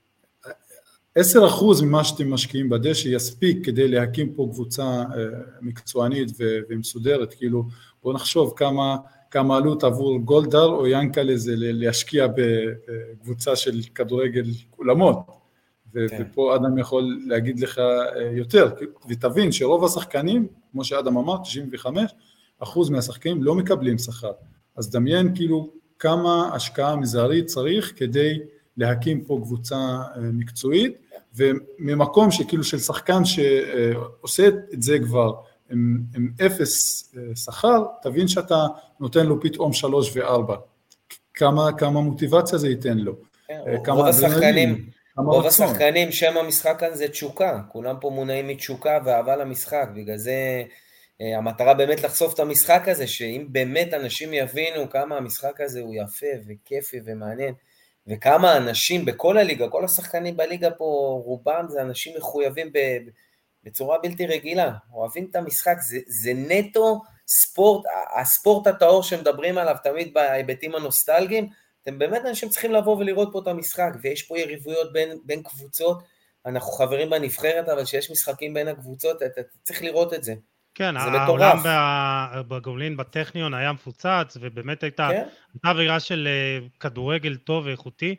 עשרה אחוז ממה שאתם משקיעים בדשא יספיק כדי להקים פה קבוצה מקצוענית ומסודרת, כאילו, בוא נחשוב כמה, כמה עלות עבור גולדהר או ינקלה זה להשקיע בקבוצה של כדורגל אולמות. ופה אדם יכול להגיד לך יותר, ותבין שרוב השחקנים, כמו שאדם אמר, תשעים וחמישה אחוז מהשחקנים לא מקבלים שכר, אז דמיין כאילו כמה השקעה מזערית צריך כדי להקים פה קבוצה מקצועית, וממקום שכאילו של שחקן שעושה את זה כבר עם, עם אפס שכר, תבין שאתה נותן לו פתאום שלוש וארבע, כמה, כמה מוטיבציה זה ייתן לו. רוב השחקנים, רוב השחקנים שם המשחק כאן זה תשוקה, כולם פה מונעים מתשוקה ואהבה למשחק, בגלל זה המטרה באמת לחשוף את המשחק הזה, שאם באמת אנשים יבינו כמה המשחק הזה הוא יפה וכיפי ומעניין, וכמה אנשים בכל הליגה, כל השחקנים בליגה פה, רובם זה אנשים מחויבים בצורה בלתי רגילה, אוהבים את המשחק, זה, זה נטו ספורט, הספורט הטהור שמדברים עליו תמיד בהיבטים הנוסטלגיים, אתם באמת אנשים צריכים לבוא ולראות פה את המשחק, ויש פה יריבויות בין, בין קבוצות, אנחנו חברים בנבחרת, אבל שיש משחקים בין הקבוצות, אתה צריך לראות את זה. כן, העולם בגולין בטכניון היה מפוצץ, ובאמת הייתה אווירה של כדורגל טוב ואיכותי.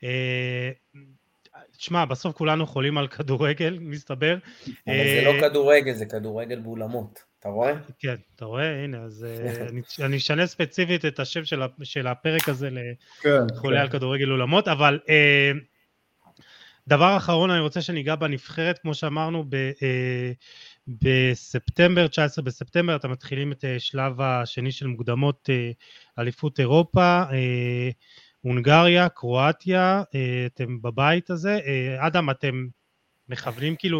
תשמע, בסוף כולנו חולים על כדורגל, מסתבר. אבל זה לא כדורגל, זה כדורגל באולמות, אתה רואה? כן, אתה רואה, הנה, אז אני אשנה ספציפית את השם של הפרק הזה לחולה על כדורגל אולמות, אבל דבר אחרון, אני רוצה שניגע בנבחרת, כמו שאמרנו, ב... בספטמבר, תשעה עשר בספטמבר, אתם מתחילים את שלב השני של מוקדמות אליפות אירופה, הונגריה, קרואטיה, אתם בבית הזה, אדם, אתם מכוונים כאילו,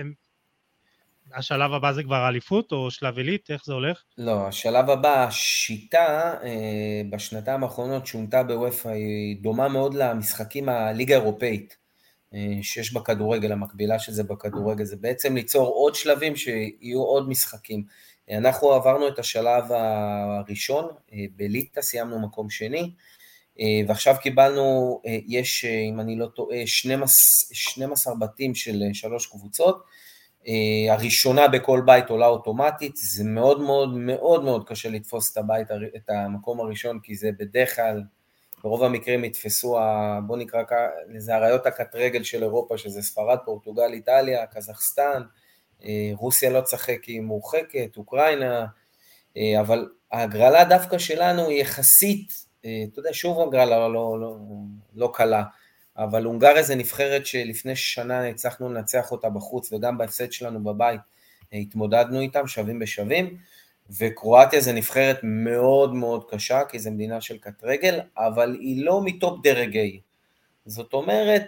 השלב הבא זה כבר אליפות או שלב עילית, איך זה הולך? לא, השלב הבא, השיטה בשנתיים האחרונות שונתה בוופא, היא דומה מאוד למשחקים הליגה האירופאית, שיש בכדורגל, המקבילה שזה בכדורגל, זה בעצם ליצור עוד שלבים שיהיו עוד משחקים. אנחנו עברנו את השלב הראשון, בליטה סיימנו מקום שני, ועכשיו קיבלנו, יש, אם אני לא טועה, שנים עשר בתים של שלוש קבוצות, הראשונה בכל בית עולה אוטומטית, זה מאוד מאוד מאוד מאוד קשה לתפוס את הבית, את המקום הראשון, כי זה בדרך כלל, ברוב המקרים יתפסו, בוא נקרא לזה הרעיות הקטרגל של אירופה, שזה ספרד, פורטוגל, איטליה, קזחסטן, רוסיה לא צחק, היא מורחקת, אוקראינה, אבל ההגרלה דווקא שלנו היא יחסית, אתה יודע, שוב הגרלה לא, לא, לא, לא קלה, אבל הונגריה זה נבחרת שלפני שנה הצלחנו לנצח אותה בחוץ, וגם בהפסד שלנו בבית התמודדנו איתם, שווים בשווים, וקרואטיה זה נבחרת מאוד מאוד קשה, כי זה מדינה של קטרגל, אבל היא לא מטופ דרג A. זאת אומרת,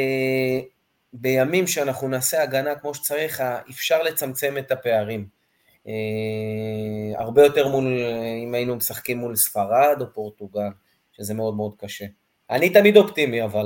בימים שאנחנו נעשה הגנה כמו שצריך, אפשר לצמצם את הפערים. הרבה יותר מול, אם היינו משחקים מול ספרד או פורטוגל, שזה מאוד מאוד קשה. אני תמיד אופטימי, אבל,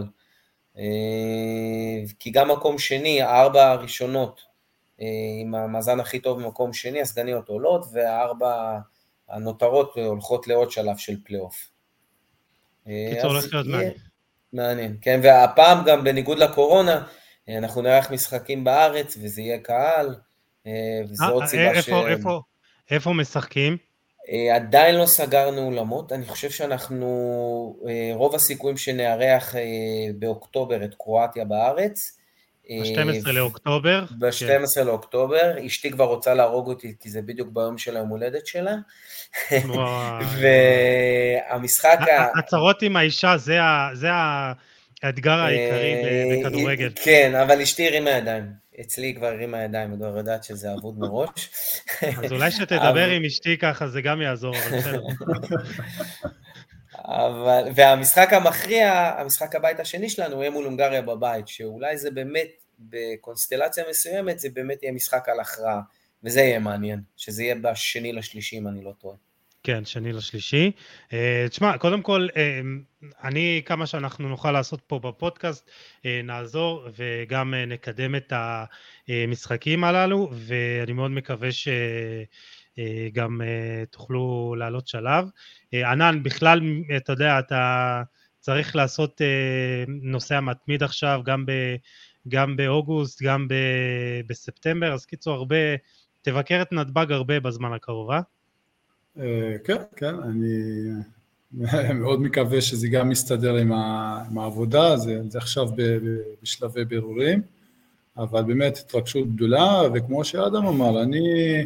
כי גם מקום שני, הארבע הראשונות, עם המאזן הכי טוב במקום שני, הסגניות עולות, והארבע הנותרות הולכות לעוד שלב של פלייאוף. קיצור, הולך להיות מעניין. מעניין, כן, והפעם גם בניגוד לקורונה, אנחנו נערך משחקים בארץ, וזה יהיה קהל, וזה עוד סיבה ש... איפה, איפה משחקים? עדיין לא סגרנו אולמות, אני חושב שאנחנו, רוב הסיכויים שנערך באוקטובר את קרואטיה בארץ. ב-שנים עשר לאוקטובר? ב-שנים עשר לאוקטובר, אשתי כבר רוצה להרוג אותי, כי זה בדיוק ביום של היום הולדת שלה. והמשחק... הצרות עם האישה, זה האתגר העיקרי בכדורגל. כן, אבל אשתי הרימה ידיים. אצלי כבר הרימה ידיים, אני כבר יודעת שזה אבוד מראש. אז אולי שתדבר עם אשתי ככה, זה גם יעזור, אבל בסדר. אבל, והמשחק המכריע, המשחק הבית השני שלנו, יהיה מול הונגריה בבית, שאולי זה באמת, בקונסטלציה מסוימת, זה באמת יהיה משחק על הכרעה, וזה יהיה מעניין, שזה יהיה בשני לשלישי, אם אני לא טועה. כן, שני לשלישי. תשמע, קודם כל, אני, כמה שאנחנו נוכל לעשות פה בפודקאסט, נעזור וגם נקדם את המשחקים הללו, ואני מאוד מקווה שגם תוכלו לעלות שלב. ענן, בכלל, אתה יודע, אתה צריך לעשות נושא המתמיד עכשיו, גם, ב, גם באוגוסט, גם ב, בספטמבר, אז קיצור, הרבה, תבקר את נתב"ג הרבה בזמן הקרוב, אה? כן, כן, אני מאוד מקווה שזה גם מסתדר עם העבודה, זה עכשיו בשלבי בירורים, אבל באמת התרגשות גדולה, וכמו שאדם אמר, אני,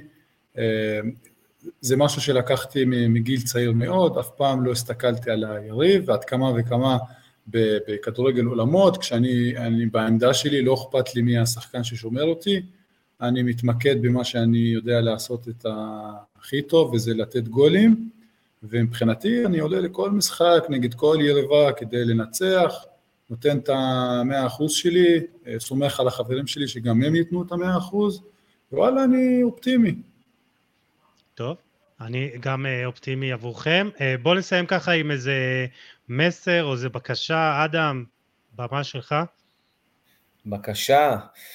זה משהו שלקחתי מגיל צעיר מאוד, אף פעם לא הסתכלתי על היריב, ועד כמה וכמה בכדורגל עולמות, כשאני אני בעמדה שלי לא אכפת לי מי השחקן ששומר אותי, אני מתמקד במה שאני יודע לעשות את הכי טוב, וזה לתת גולים, ומבחינתי אני עולה לכל משחק, נגד כל יריבה כדי לנצח, נותן את המאה אחוז שלי, סומך על החברים שלי שגם הם ייתנו את המאה אחוז, ווואלה, אני אופטימי. טוב, אני גם אופטימי עבורכם. בואו נסיים ככה עם איזה מסר או איזה בקשה, אדם, במה שלך. בקשה,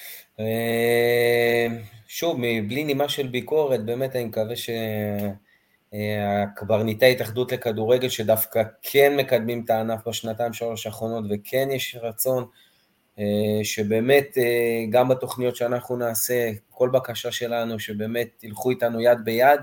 שוב, מבלי נימה של ביקורת, באמת אני מקווה שהקברניטי התאחדות לכדורגל שדווקא כן מקדמים את הענף בשנתיים שלוש האחרונות, וכן יש רצון שבאמת גם בתוכניות שאנחנו נעשה, כל בקשה שלנו שבאמת תלכו איתנו יד ביד,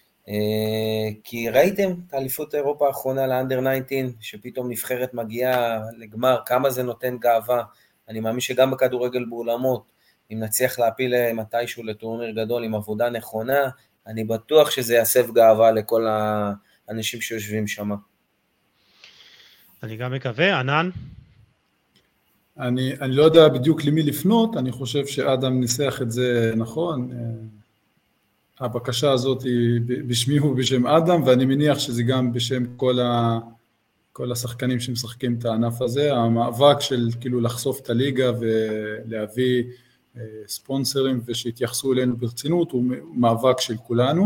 כי ראיתם את האליפות אירופה האחרונה לאנדר תשע עשרה, שפתאום נבחרת מגיעה לגמר, כמה זה נותן גאווה. אני מאמין שגם בכדורגל באולמות, אם נצליח להפיל מתישהו לטורניר גדול עם עבודה נכונה, אני בטוח שזה יאסף גאווה לכל האנשים שיושבים שם. אני גם מקווה. ענן? אני, אני לא יודע בדיוק למי לפנות, אני חושב שאדם ניסח את זה נכון. הבקשה הזאת היא בשמי ובשם אדם, ואני מניח שזה גם בשם כל, ה, כל השחקנים שמשחקים את הענף הזה. המאבק של כאילו לחשוף את הליגה ולהביא ספונסרים ושיתייחסו אלינו ברצינות, הוא מאבק של כולנו,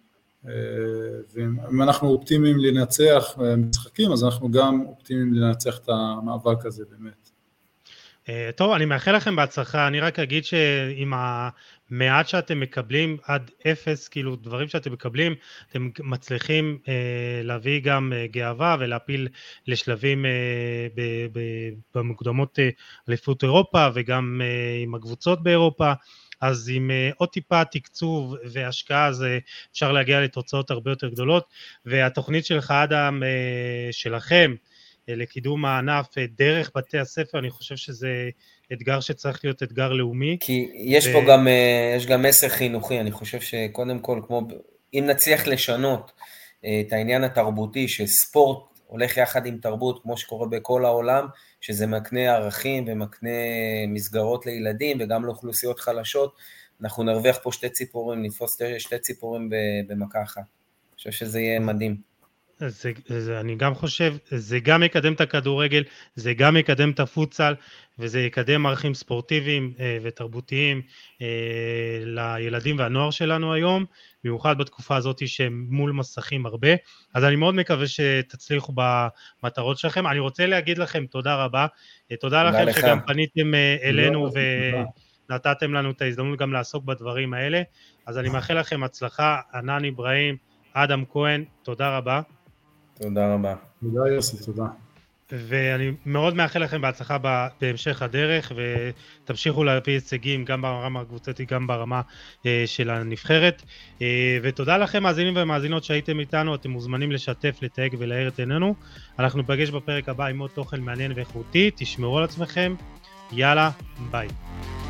ואם אנחנו אופטימיים לנצח משחקים, אז אנחנו גם אופטימיים לנצח את המאבק הזה באמת. טוב, אני מאחל לכם בהצלחה, אני רק אגיד שעם המעט שאתם מקבלים עד אפס, כאילו דברים שאתם מקבלים, אתם מצליחים להביא גם גאווה ולהפיל לשלבים במוקדמות אליפות אירופה וגם עם הקבוצות באירופה, אז עם עוד טיפה תקצוב והשקעה אז אפשר להגיע לתוצאות הרבה יותר גדולות, והתוכנית שלך אדם שלכם, לקידום הענף דרך בתי הספר, אני חושב שזה אתגר שצריך להיות אתגר לאומי. כי יש ו... פה גם, יש גם מסר חינוכי, אני חושב שקודם כל, כמו, אם נצליח לשנות את העניין התרבותי, שספורט הולך יחד עם תרבות, כמו שקורה בכל העולם, שזה מקנה ערכים ומקנה מסגרות לילדים, וגם לאוכלוסיות חלשות, אנחנו נרוויח פה שתי ציפורים, נתפוס שתי ציפורים במכה אחת. אני חושב שזה יהיה מדהים. זה, זה, אני גם חושב, זה גם יקדם את הכדורגל, זה גם יקדם את הפוטסל, וזה יקדם ערכים ספורטיביים אה, ותרבותיים אה, לילדים והנוער שלנו היום, במיוחד בתקופה הזאת שהם מול מסכים הרבה, אז אני מאוד מקווה שתצליחו במטרות שלכם. אני רוצה להגיד לכם תודה רבה, תודה לכם שגם פניתם אלינו ונתתם לנו את ההזדמנות גם לעסוק בדברים האלה, אז אני מאחל לכם הצלחה. ענן אברהים, אדם כהן, תודה רבה. תודה רבה. תודה יוסי, תודה. ואני מאוד מאחל לכם בהצלחה בהמשך הדרך, ותמשיכו להביא הישגים גם ברמה הקבוצתית, גם ברמה של הנבחרת, ותודה לכם מאזינים ומאזינות שהייתם איתנו. אתם מוזמנים לשתף, לתייג ולהאיר את עינינו. אנחנו נפגש בפרק הבא עם עוד תוכן מעניין ואיכותי. תשמרו על עצמכם, יאללה, ביי.